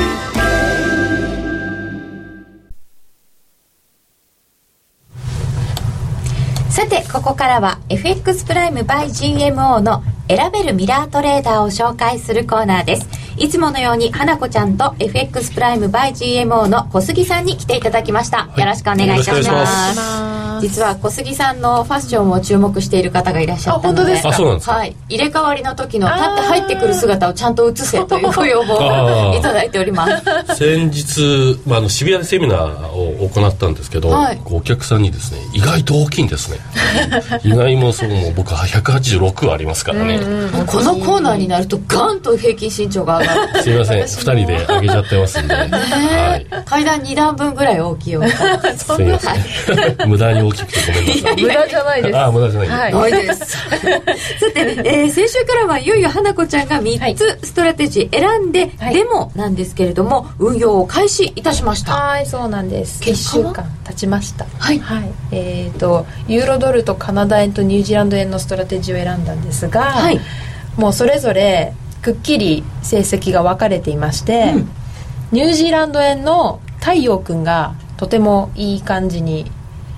さてここからは FX プライム by GMO の選べるミラートレーダーを紹介するコーナーです。いつものように花子ちゃんと FX プライム by GMO の小杉さんに来ていただきました、よろしくお願いいたします。実は小杉さんのファッションを注目している方がいらっしゃったので、 本当ですか。そうなんですか。 入れ替わりの時の立って入ってくる姿をちゃんと映せというご要望をいただいております。 先日、渋谷でセミナーを行ったんですけど、お客さんにですね、意外と大きいんですね。意外もそうも僕は186ありますからね。 このコーナーになるとガンと平均身長が上がる。 すいません、2人で上げちゃってますんで、 階段2段分ぐらい大きいよ。 すいません、無駄に大きくてごめんなさい。 無駄じゃないです。 無駄じゃないです。さて、先週からはいよいよ花子ちゃんが3つストラテジー選んで、デモなんですけれども運用を開始いたしました。 はい、そうなんです。1週間経ちました。ユーロドルとカナダ円とニュージーランド円のストラテジーを選んだんですが、もうそれぞれくっきり成績が分かれていまして、ニュージーランド円の太陽くんがとてもいい感じに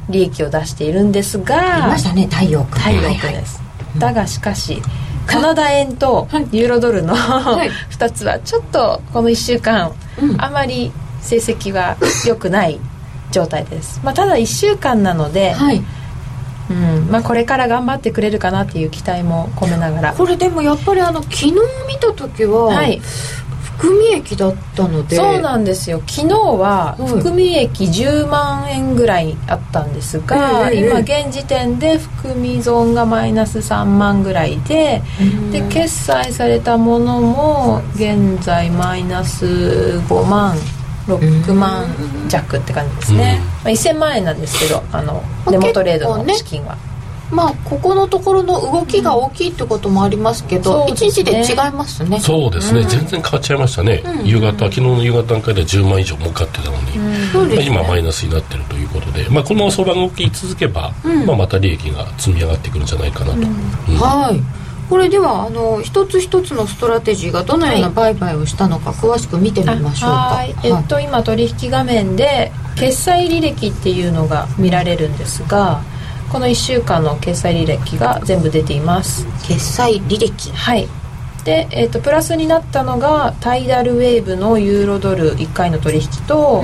利益を出しているんですが、 ありましたね、太陽君です、だがしかしカナダ円とユーロドルの2つはちょっとこの1週間あまり成績は良くない状態です。ただ1週間なので、これから頑張ってくれるかなっていう期待も込めながら。 これでもやっぱり昨日見た時は、含み益だったので。 そうなんですよ。昨日は含み益10万円ぐらいあったんですが、今現時点で含み損がマイナス3万ぐらいで、決済されたものも現在マイナス5万6万弱って感じですね。1000万円なんですけど、デモトレードの資金は、 ここのところの動きが大きいってこともありますけど、1日で違いますね。 そうですね、全然変わっちゃいましたね。昨日の夕方段階では10万以上儲かってたのに、今マイナスになってるということで、この相場が動き続けば、また利益が積み上がってくるんじゃないかなと。 これでは一つ一つのストラテジーがどのような売買をしたのか詳しく見てみましょうか。 今取引画面で決済履歴っていうのが見られるんですが、この1週間の決済履歴が全部出ています。 決済履歴、 で、プラスになったのがタイダルウェーブのユーロドル1回の取引と、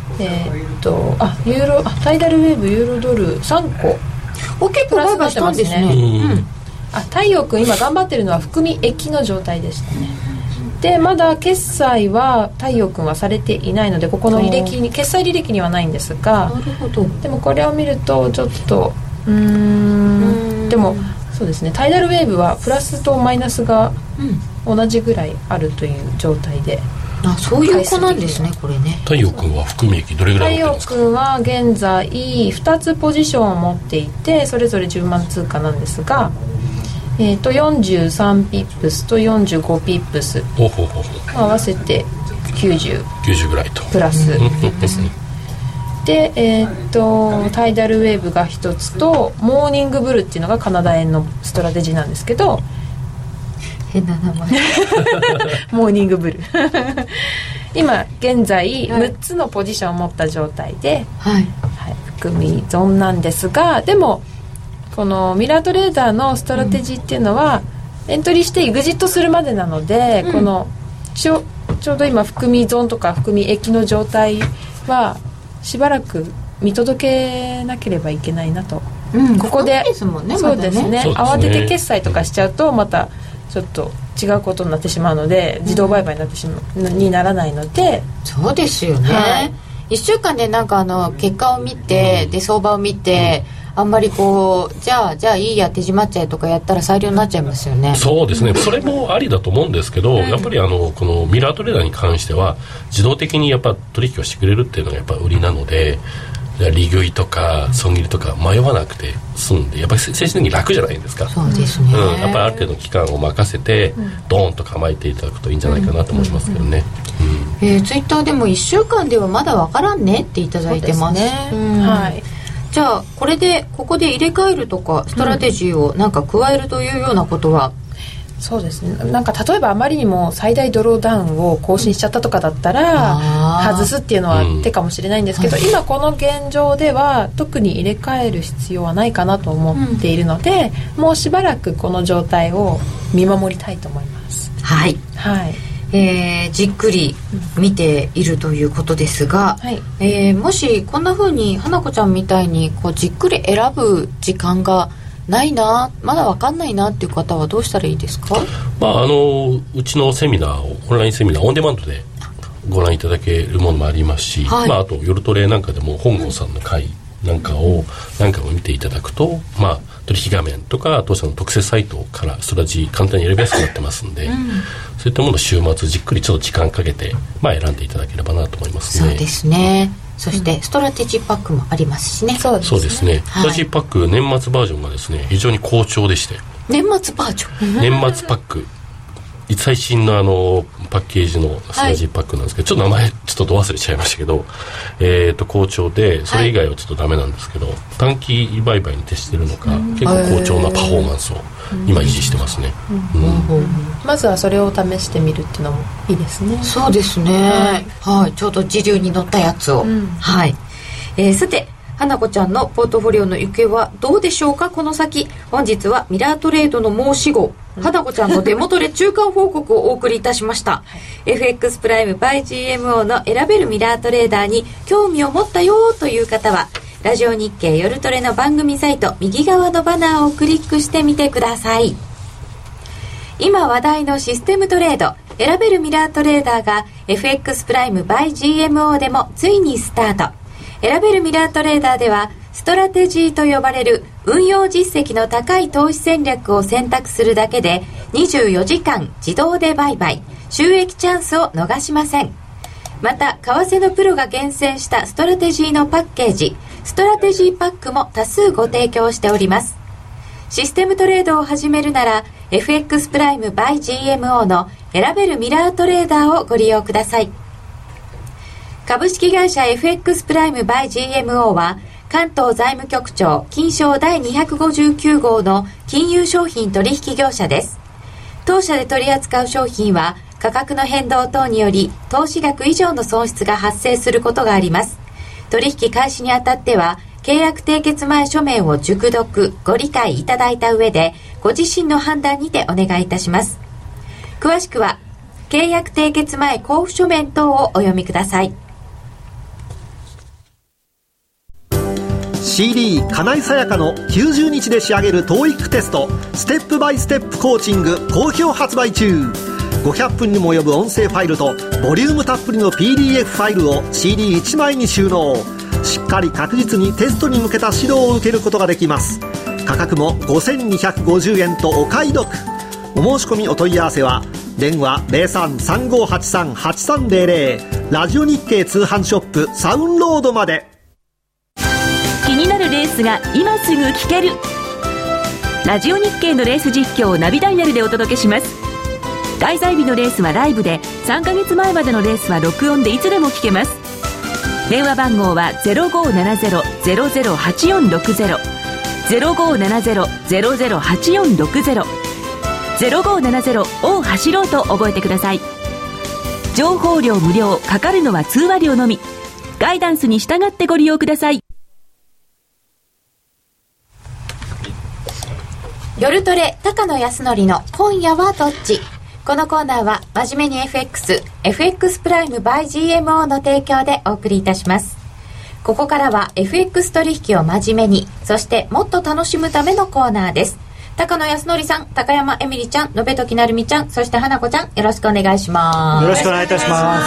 タイダルウェーブユーロドル3個結構売買したんですね。 太陽君今頑張ってるのは含み益の状態でしたね。でまだ決済は太陽君はされていないので、ここの履歴に決済履歴にはないんですが、 なるほど。 でもこれを見るとちょっとでもそうですね、タイダルウェーブはプラスとマイナスが同じぐらいあるという状態で、 そういう子なんですね。これね、 太陽君は含み益どれぐらい持ってるんですか？ 太陽君は現在2つポジションを持っていて、それぞれ10万通貨なんですが、43ピップスと45ピップス合わせて90 ぐらいとプラスですね。で、タイダルウェーブが1つとモーニングブルっていうのがカナダ円のストラテジーなんですけど、 変な名前モーニングブル今現在6つのポジションを持った状態で、含み損なんですが、でもこのミラートレーダーのストラテジーっていうのは、エントリーしてエグジットするまでなので、このちょうど今含み損とか含み益の状態はしばらく見届けなければいけないなと、ここでそうですね、慌てて決済とかしちゃうとまたちょっと違うことになってしまうので、自動売買にならないので。 そうですよね、1週間でなんか結果を見て、で相場を見て、あんまりじゃあいいや手締まっちゃえとかやったら裁量になっちゃいますよね。 そうですね、それもありだと思うんですけど、やっぱりこのミラートレーダーに関しては自動的にやっぱ取引をしてくれるっていうのがやっぱ売りなので、利食いとか損切りとか迷わなくて済んで、やっぱり精神的に楽じゃないですか。 そうですね、 やっぱりある程度の期間を任せて、ドーンと構えていただくといいんじゃないかなと思いますけどね。 ツイッターでも1週間ではまだ分からんねっていただいてます。じゃあここで入れ替えるとかストラテジーをなんか加えるというようなことは、 そうですね、なんか例えばあまりにも最大ドローダウンを更新しちゃったとかだったら外すっていうのは手かもしれないんですけど、今この現状では特に入れ替える必要はないかなと思っているので、もうしばらくこの状態を見守りたいと思います。 じっくり見ているということですが、もしこんな風に花子ちゃんみたいにじっくり選ぶ時間がないな、まだ分かんないなっていう方はどうしたらいいですか？ うちのセミナーをオンラインセミナーオンデマンドでご覧いただけるものもありますし、あと夜トレなんかでも本郷さんの回なんかを見ていただくと、取引画面とか当社の特設サイトからストラテジー簡単に選びやすくなってますんで、そういったものを週末じっくりちょっと時間かけて、選んでいただければなと思いますね。 そうですね。そしてストラテジーパックもありますしね。 そうですね、ストラテジーパック年末バージョンがですね非常に好調でして、 年末バージョン年末パック最新のパッケージのストラテジーパックなんですけど、ちょっと名前ちょっとど忘れちゃいましたけど、好調で、それ以外はちょっとダメなんですけど、短期売買に徹しているのか、結構好調なパフォーマンスを今維持してますね。 まずはそれを試してみるっていうのもいいですね。 そうですね、ちょうど時流に乗ったやつを、さて花子ちゃんのポートフォリオの行方はどうでしょうか。この先、本日はミラートレードの申し子、花子ちゃんのデモトレ中間報告をお送りいたしました。FX プライム by GMO の選べるミラートレーダーに興味を持ったよという方は、ラジオ日経夜トレの番組サイト右側のバナーをクリックしてみてください。今話題のシステムトレード、選べるミラートレーダーが FX プライム by GMO でもついにスタート。選べるミラートレーダーではストラテジーと呼ばれる運用実績の高い投資戦略を選択するだけで24時間自動で売買、収益チャンスを逃しません。また為替のプロが厳選したストラテジーのパッケージ、ストラテジーパックも多数ご提供しております。システムトレードを始めるなら FX プライム by GMO の選べるミラートレーダーをご利用ください。株式会社 FX プライム by GMO は関東財務局長金商第259号の金融商品取引業者です。当社で取り扱う商品は価格の変動等により投資額以上の損失が発生することがあります。取引開始にあたっては契約締結前書面を熟読ご理解いただいた上でご自身の判断にてお願いいたします。詳しくは契約締結前交付書面等をお読みください。 CD 金井さやかの90日で仕上げる TOEIC テストステップバイステップコーチング好評発売中。500分にも及ぶ音声ファイルとボリュームたっぷりの PDF ファイルを CD1 枚に収納。しっかり確実にテストに向けた指導を受けることができます。価格も5250円とお買い得。お申し込みお問い合わせは電話 0335838300 ラジオ日経通販ショップサウンロードまで。 気になるレースが今すぐ聞ける。ラジオ日経のレース実況をナビダイヤルでお届けします。開催日のレースはライブで、3ヶ月前までのレースは録音でいつでも聞けます。電話番号は 0570-008460 0570-008460 0570を走ろうと覚えてください。情報料無料、かかるのは通話料のみ。ガイダンスに従ってご利用ください。 夜トレ高野康則の今夜はどっち。このコーナーは真面目に FX プライム by GMO の提供でお送りいたします。ここからは FX 取引を真面目に、そしてもっと楽しむためのコーナーです。高野康則さん、高山エミリちゃん、延時成美ちゃん、そして花子ちゃん、よろしくお願いします。 よろしくお願いいたします。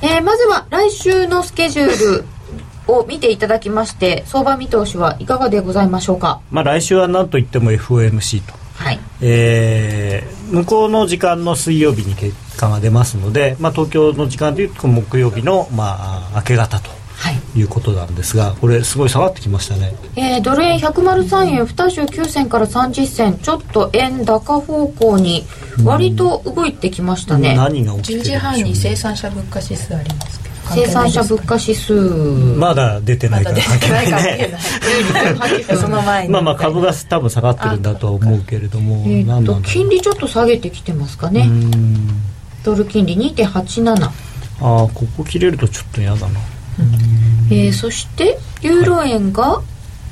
まずは来週のスケジュールを見ていただきまして、相場見通しはいかがでございましょうか。 来週は何といっても FOMC と、はい、向こうの時間の水曜日に結果が出ますので、東京の時間でいうと木曜日の、明け方ということなんですが、これすごい下がってきましたね。 ドル円103円29銭から30銭、ちょっと円高方向に割と動いてきましたね。 何が起きてるんでしょうね。 10時半に生産者物価指数ありますけど、 生産者物価指数まだ出てないから関係ないね。 その前に株が多分下がってるんだとは思うけれども、 金利ちょっと下げてきてますかね。ドル金利 2.87。 ここ切れるとちょっと嫌だな。 そしてユーロ円が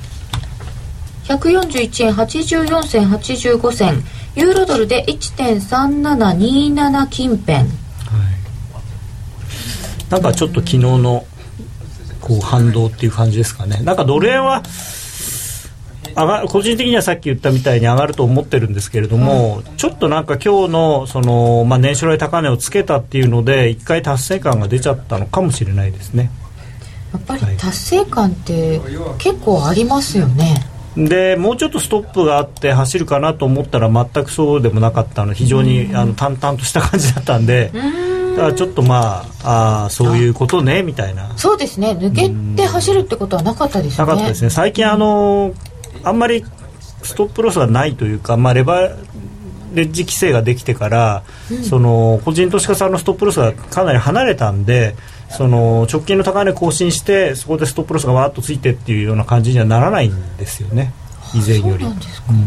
141円84銭85銭、ユーロドルで 1.3727 近辺。 なんかちょっと昨日の反動っていう感じですかね。なんかドル円は個人的にはさっき言ったみたいに上がると思ってるんですけれども、ちょっとなんか今日の年初来高値をつけたっていうので一回達成感が出ちゃったのかもしれないですね。 やっぱり達成感って結構ありますよね。 でもうちょっとストップがあって走るかなと思ったら全くそうでもなかったので、非常に淡々とした感じだったんで、だからちょっとそういうことねみたいな。そうですね、 抜けて走るってことはなかったですね。 なかったですね。最近あんまりストップロスがないというか、レバレッジ規制ができてから、個人投資家さんのストップロスがかなり離れたんで、直近の高値更新してそこでストップロスがわーっとついてっていうような感じにはならないんですよね、以前より。 そうなんですか。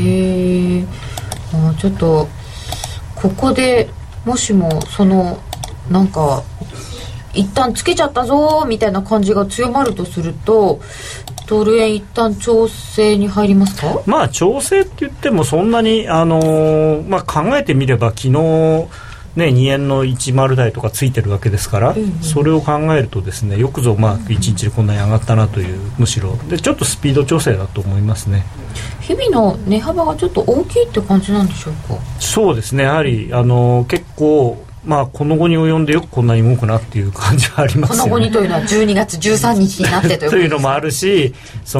ちょっとここでもしもなんか一旦つけちゃったぞみたいな感じが強まるとすると、ドル円一旦調整に入りますか？ まあ調整って言ってもそんなに、考えてみれば昨日ね、2円の10台とかついてるわけですから、それを考えるとですね、よくぞ1日でこんなに上がったなという、むしろでちょっとスピード調整だと思いますね。 日々の値幅がちょっと大きいって感じなんでしょうか？ そうですね、やはり結構この後に及んでよくこんなに動くなっていう感じはありますよね。 この後にというのは12月13日になってというというのもあるし、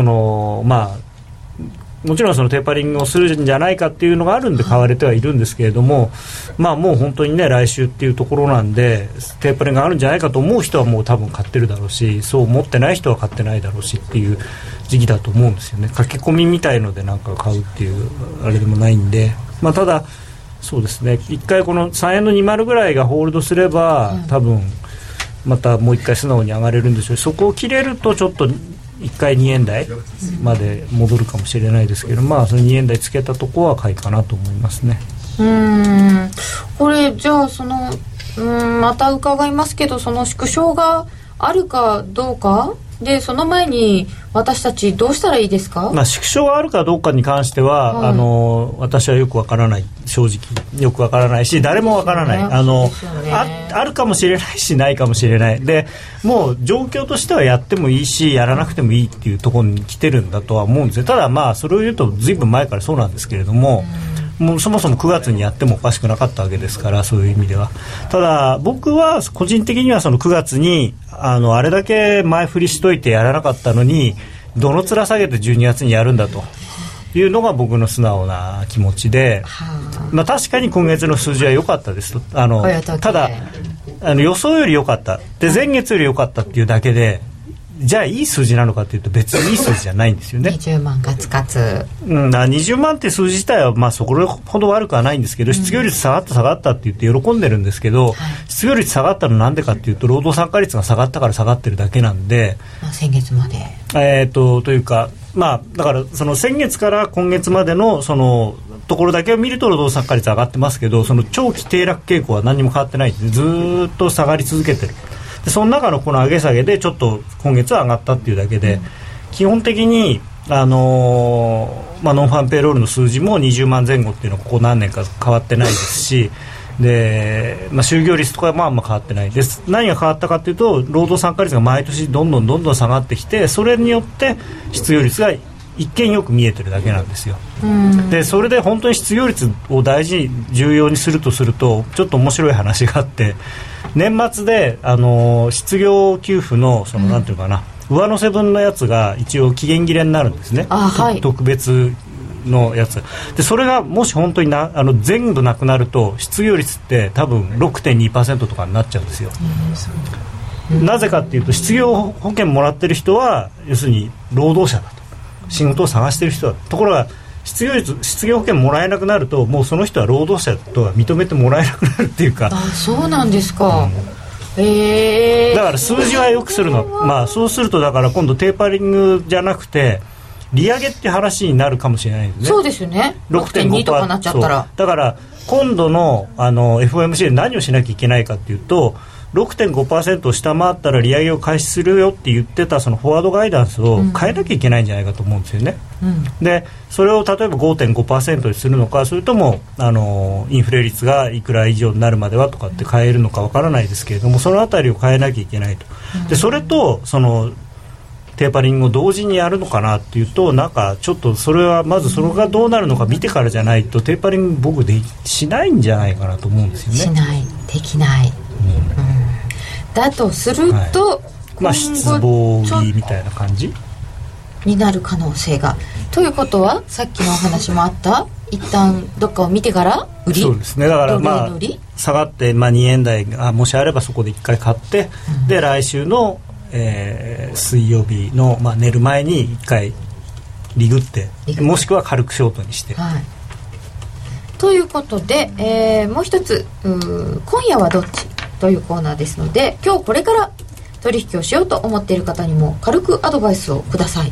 もちろんそのテーパリングをするんじゃないかっていうのがあるんで買われてはいるんですけれども、もう本当にね、来週っていうところなんでテーパリングがあるんじゃないかと思う人はもう多分買ってるだろうし、そう思ってない人は買ってないだろうしっていう時期だと思うんですよね。駆け込みみたいのでなんか買うっていうあれでもないんで、ただそうですね、一回この3円の20ぐらいがホールドすれば、多分またもう一回素直に上がれるんでしょうし、そこを切れるとちょっと1回2円台まで戻るかもしれないですけど、その2円台つけたとこは買いかなと思いますね。 これじゃあまた伺いますけど、その縮小があるかどうかで、その前に私たちどうしたらいいですか？ 縮小があるかどうかに関しては、私はよくわからない、正直よくわからないし、誰もわからない、あるかもしれないしないかもしれないで、もう状況としてはやってもいいしやらなくてもいいっていうところに来てるんだとは思うんですよ。ただそれを言うとずいぶん前からそうなんですけれども、もうそもそも9月にやってもおかしくなかったわけですから、そういう意味では。ただ僕は個人的にはその9月にあれだけ前振りしといてやらなかったのに、どの面下げて12月にやるんだというのが僕の素直な気持ちで、確かに今月の数字は良かったですと。ただ予想より良かったで、前月より良かったっていうだけで、じゃあいい数字なのかというと別にいい数字じゃないんですよね。 20万カツカツ、 20万って数字自体はそこほど悪くはないんですけど、失業率下がったって言って喜んでるんですけど、失業率下がったのなんでかっていうと、労働参加率が下がったから下がってるだけなんで、 先月までというか、だからその先月から今月までのそのところだけを見ると労働参加率上がってますけど、その長期低落傾向は何も変わってないんで、ずーっと下がり続けてる。でその中のこの上げ下げでちょっと今月は上がったっていうだけで、基本的にノンファンペイロールの数字も20万前後っていうのはここ何年か変わってないですし、で、就業率とかは変わってないです。何が変わったかというと、労働参加率が毎年どんどん下がってきて、それによって失業率が一見よく見えてるだけなんですよ。でそれで本当に失業率を重要にするとちょっと面白い話があって、年末で失業給付のなんていうかな、上乗せ分のやつが一応期限切れになるんですね。特別のやつで、それがもし本当に全部なくなると失業率って多分 6.2% とかになっちゃうんですよ。なぜかっていうと、失業保険もらってる人は要するに労働者だと、仕事を探してる人だ。ところが失業保険もらえなくなると、もうその人は労働者とは認めてもらえなくなるっていうか。 そうなんですか。 だから数字は良くするの、そうするとだから今度テーパリングじゃなくて利上げって話になるかもしれないですね。 そうですよね。 6.2 とかなっちゃったら。 だから今度のFOMC で何をしなきゃいけないかっていうと、6.5% を下回ったら利上げを開始するよって言ってたそのフォワードガイダンスを変えなきゃいけないんじゃないかと思うんですよね。でそれを例えば 5.5% にするのか、それともインフレ率がいくら以上になるまではとかって変えるのかわからないですけれども、そのあたりを変えなきゃいけないと。でそれとそのテーパリングを同時にやるのかなっていうと、なんかちょっとそれはまずそれがどうなるのか見てからじゃないとテーパリング僕しないんじゃないかなと思うんですよね。 しない、できない、だとすると、 失望気みたいな感じになる可能性が。ということはさっきのお話もあった一旦どっかを見てから売り。 そうですね。だから下がって2円台がもしあればそこで1回買って、で来週の水曜日の、寝る前に1回リグって、もしくは軽くショートにして、 ということで、もう一つ今夜はどっちというコーナーですので、今日これから取引をしようと思っている方にも軽くアドバイスをください。 ど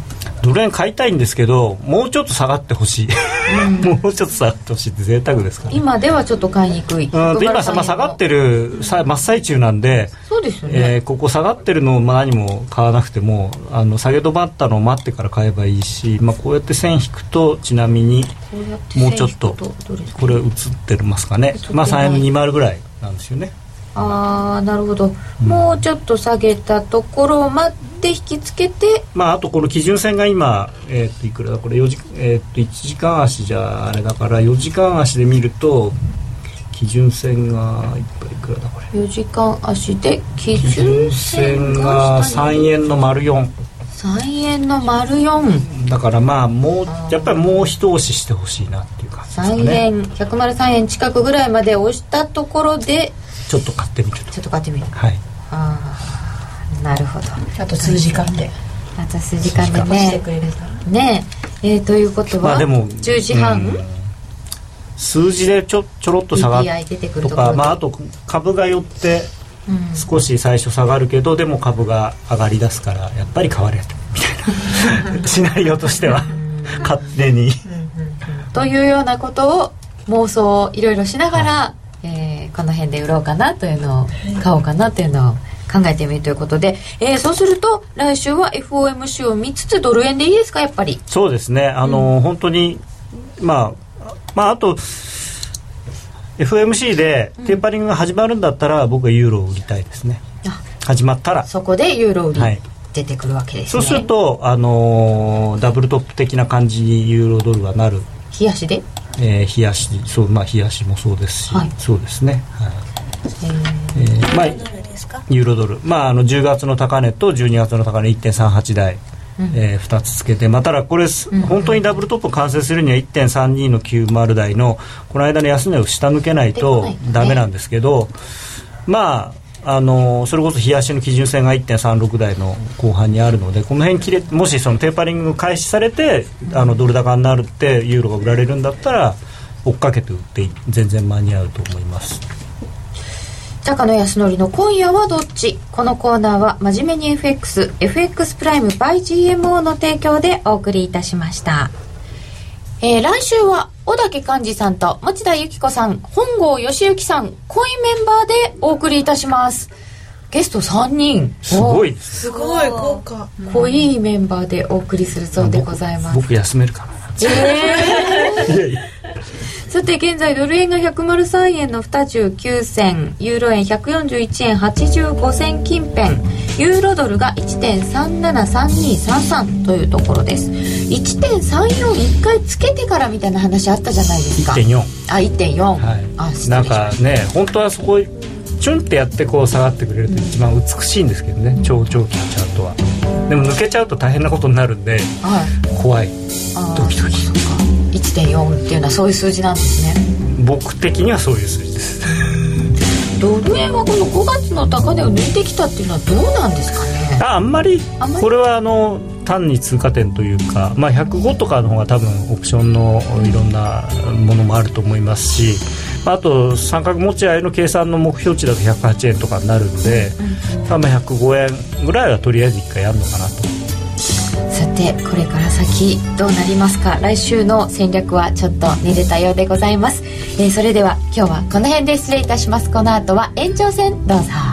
ドル円買いたいんですけど、もうちょっと下がってほしい、もうちょっと下がってほしいって贅沢ですから、ね、 今ではちょっと買いにくい、 今、下がってる真っ最中なんで、 そうですよね、 ここ下がってるのを何も買わなくても下げ止まったのを待ってから買えばいいし、こうやって線引くと、ちなみにもうちょっとこれ映ってますかね、3円の20ぐらいなんですよね。 なるほど、もうちょっと下げたところを待って引きつけて、 あとこの基準線が今、いくらだこれ1時間足じゃあれだから4時間足で見ると基準線がいくらだこれ 4時間足で基準線が3円の丸4、 3円の丸4 だからもうやっぱりもう一押ししてほしいなっていう感じですかね。 3円103円近くぐらいまで押したところでちょっと買ってみる、はい、 なるほど。 あと数時間でねということは、 でも 10時半、 数字でちょろっと下がるとか、あと株が寄って少し最初下がるけど、でも株が上がり出すからやっぱり買われるみたいなシナリオとしては勝手にというようなことを妄想をいろいろしながら、この辺で売ろうかなというのを買おうかなというのを考えてみるということで、そうすると来週は FOMC を見つつドル円でいいですか？やっぱりそうですね、本当にあと FOMC でテーパリングが始まるんだったら、僕はユーロを売りたいですね。始まったらそこでユーロ売り、出てくるわけですね。 そうするとダブルトップ的な感じにユーロドルはなる。 冷やしで冷やしもそうですし、そうですね、ユーロドル、10月の高値と12月の高値 1.38 台、2つつけて、ただこれ、本当にダブルトップを完成するには 1.32 の90台のこの間の安値を下抜けないとダメなんですけど、それこそ冷やしの基準線が 1.36 台の後半にあるので、この辺もしそのテーパリングが開始されてドル高になるってユーロが売られるんだったら、追っかけて売って全然間に合うと思います。 高野康則の今夜はどっち。このコーナーは真面目に FX プライム by GMO の提供でお送りいたしました。来週は小竹寛治さんと持田由紀子さん、本郷義行さん、濃いメンバーでお送りいたします。ゲスト3人、 すごいですね。すごい豪華、 濃いメンバーでお送りするそうでございます。 僕休めるかな。 さて現在ドル円が103円の29銭、ユーロ円141円85銭近辺、ユーロドルが 1.373233 というところです。 1.34 回つけてからみたいな話あったじゃないですか。 1.4 1.4、 なんかね、本当はそこチュンってやってこう下がってくれると一番美しいんですけどね、超長期のチャートは。でも抜けちゃうと大変なことになるんで、怖い、ドキドキ。 1.4 っていうのはそういう数字なんですね。 僕的にはそういう数字です。 ドル円はこの5月の高値を抜いてきたっていうのはどうなんですかね。 あんまりこれは単に通過点というか、105とかの方が多分オプションのいろんなものもあると思いますし、あと三角持ち合いの計算の目標値だと108円とかになるんで、105円ぐらいはとりあえず1回やるのかなと。 さてこれから先どうなりますか。来週の戦略はちょっと練れたようでございます。それでは今日はこの辺で失礼いたします。この後は延長戦どうぞ。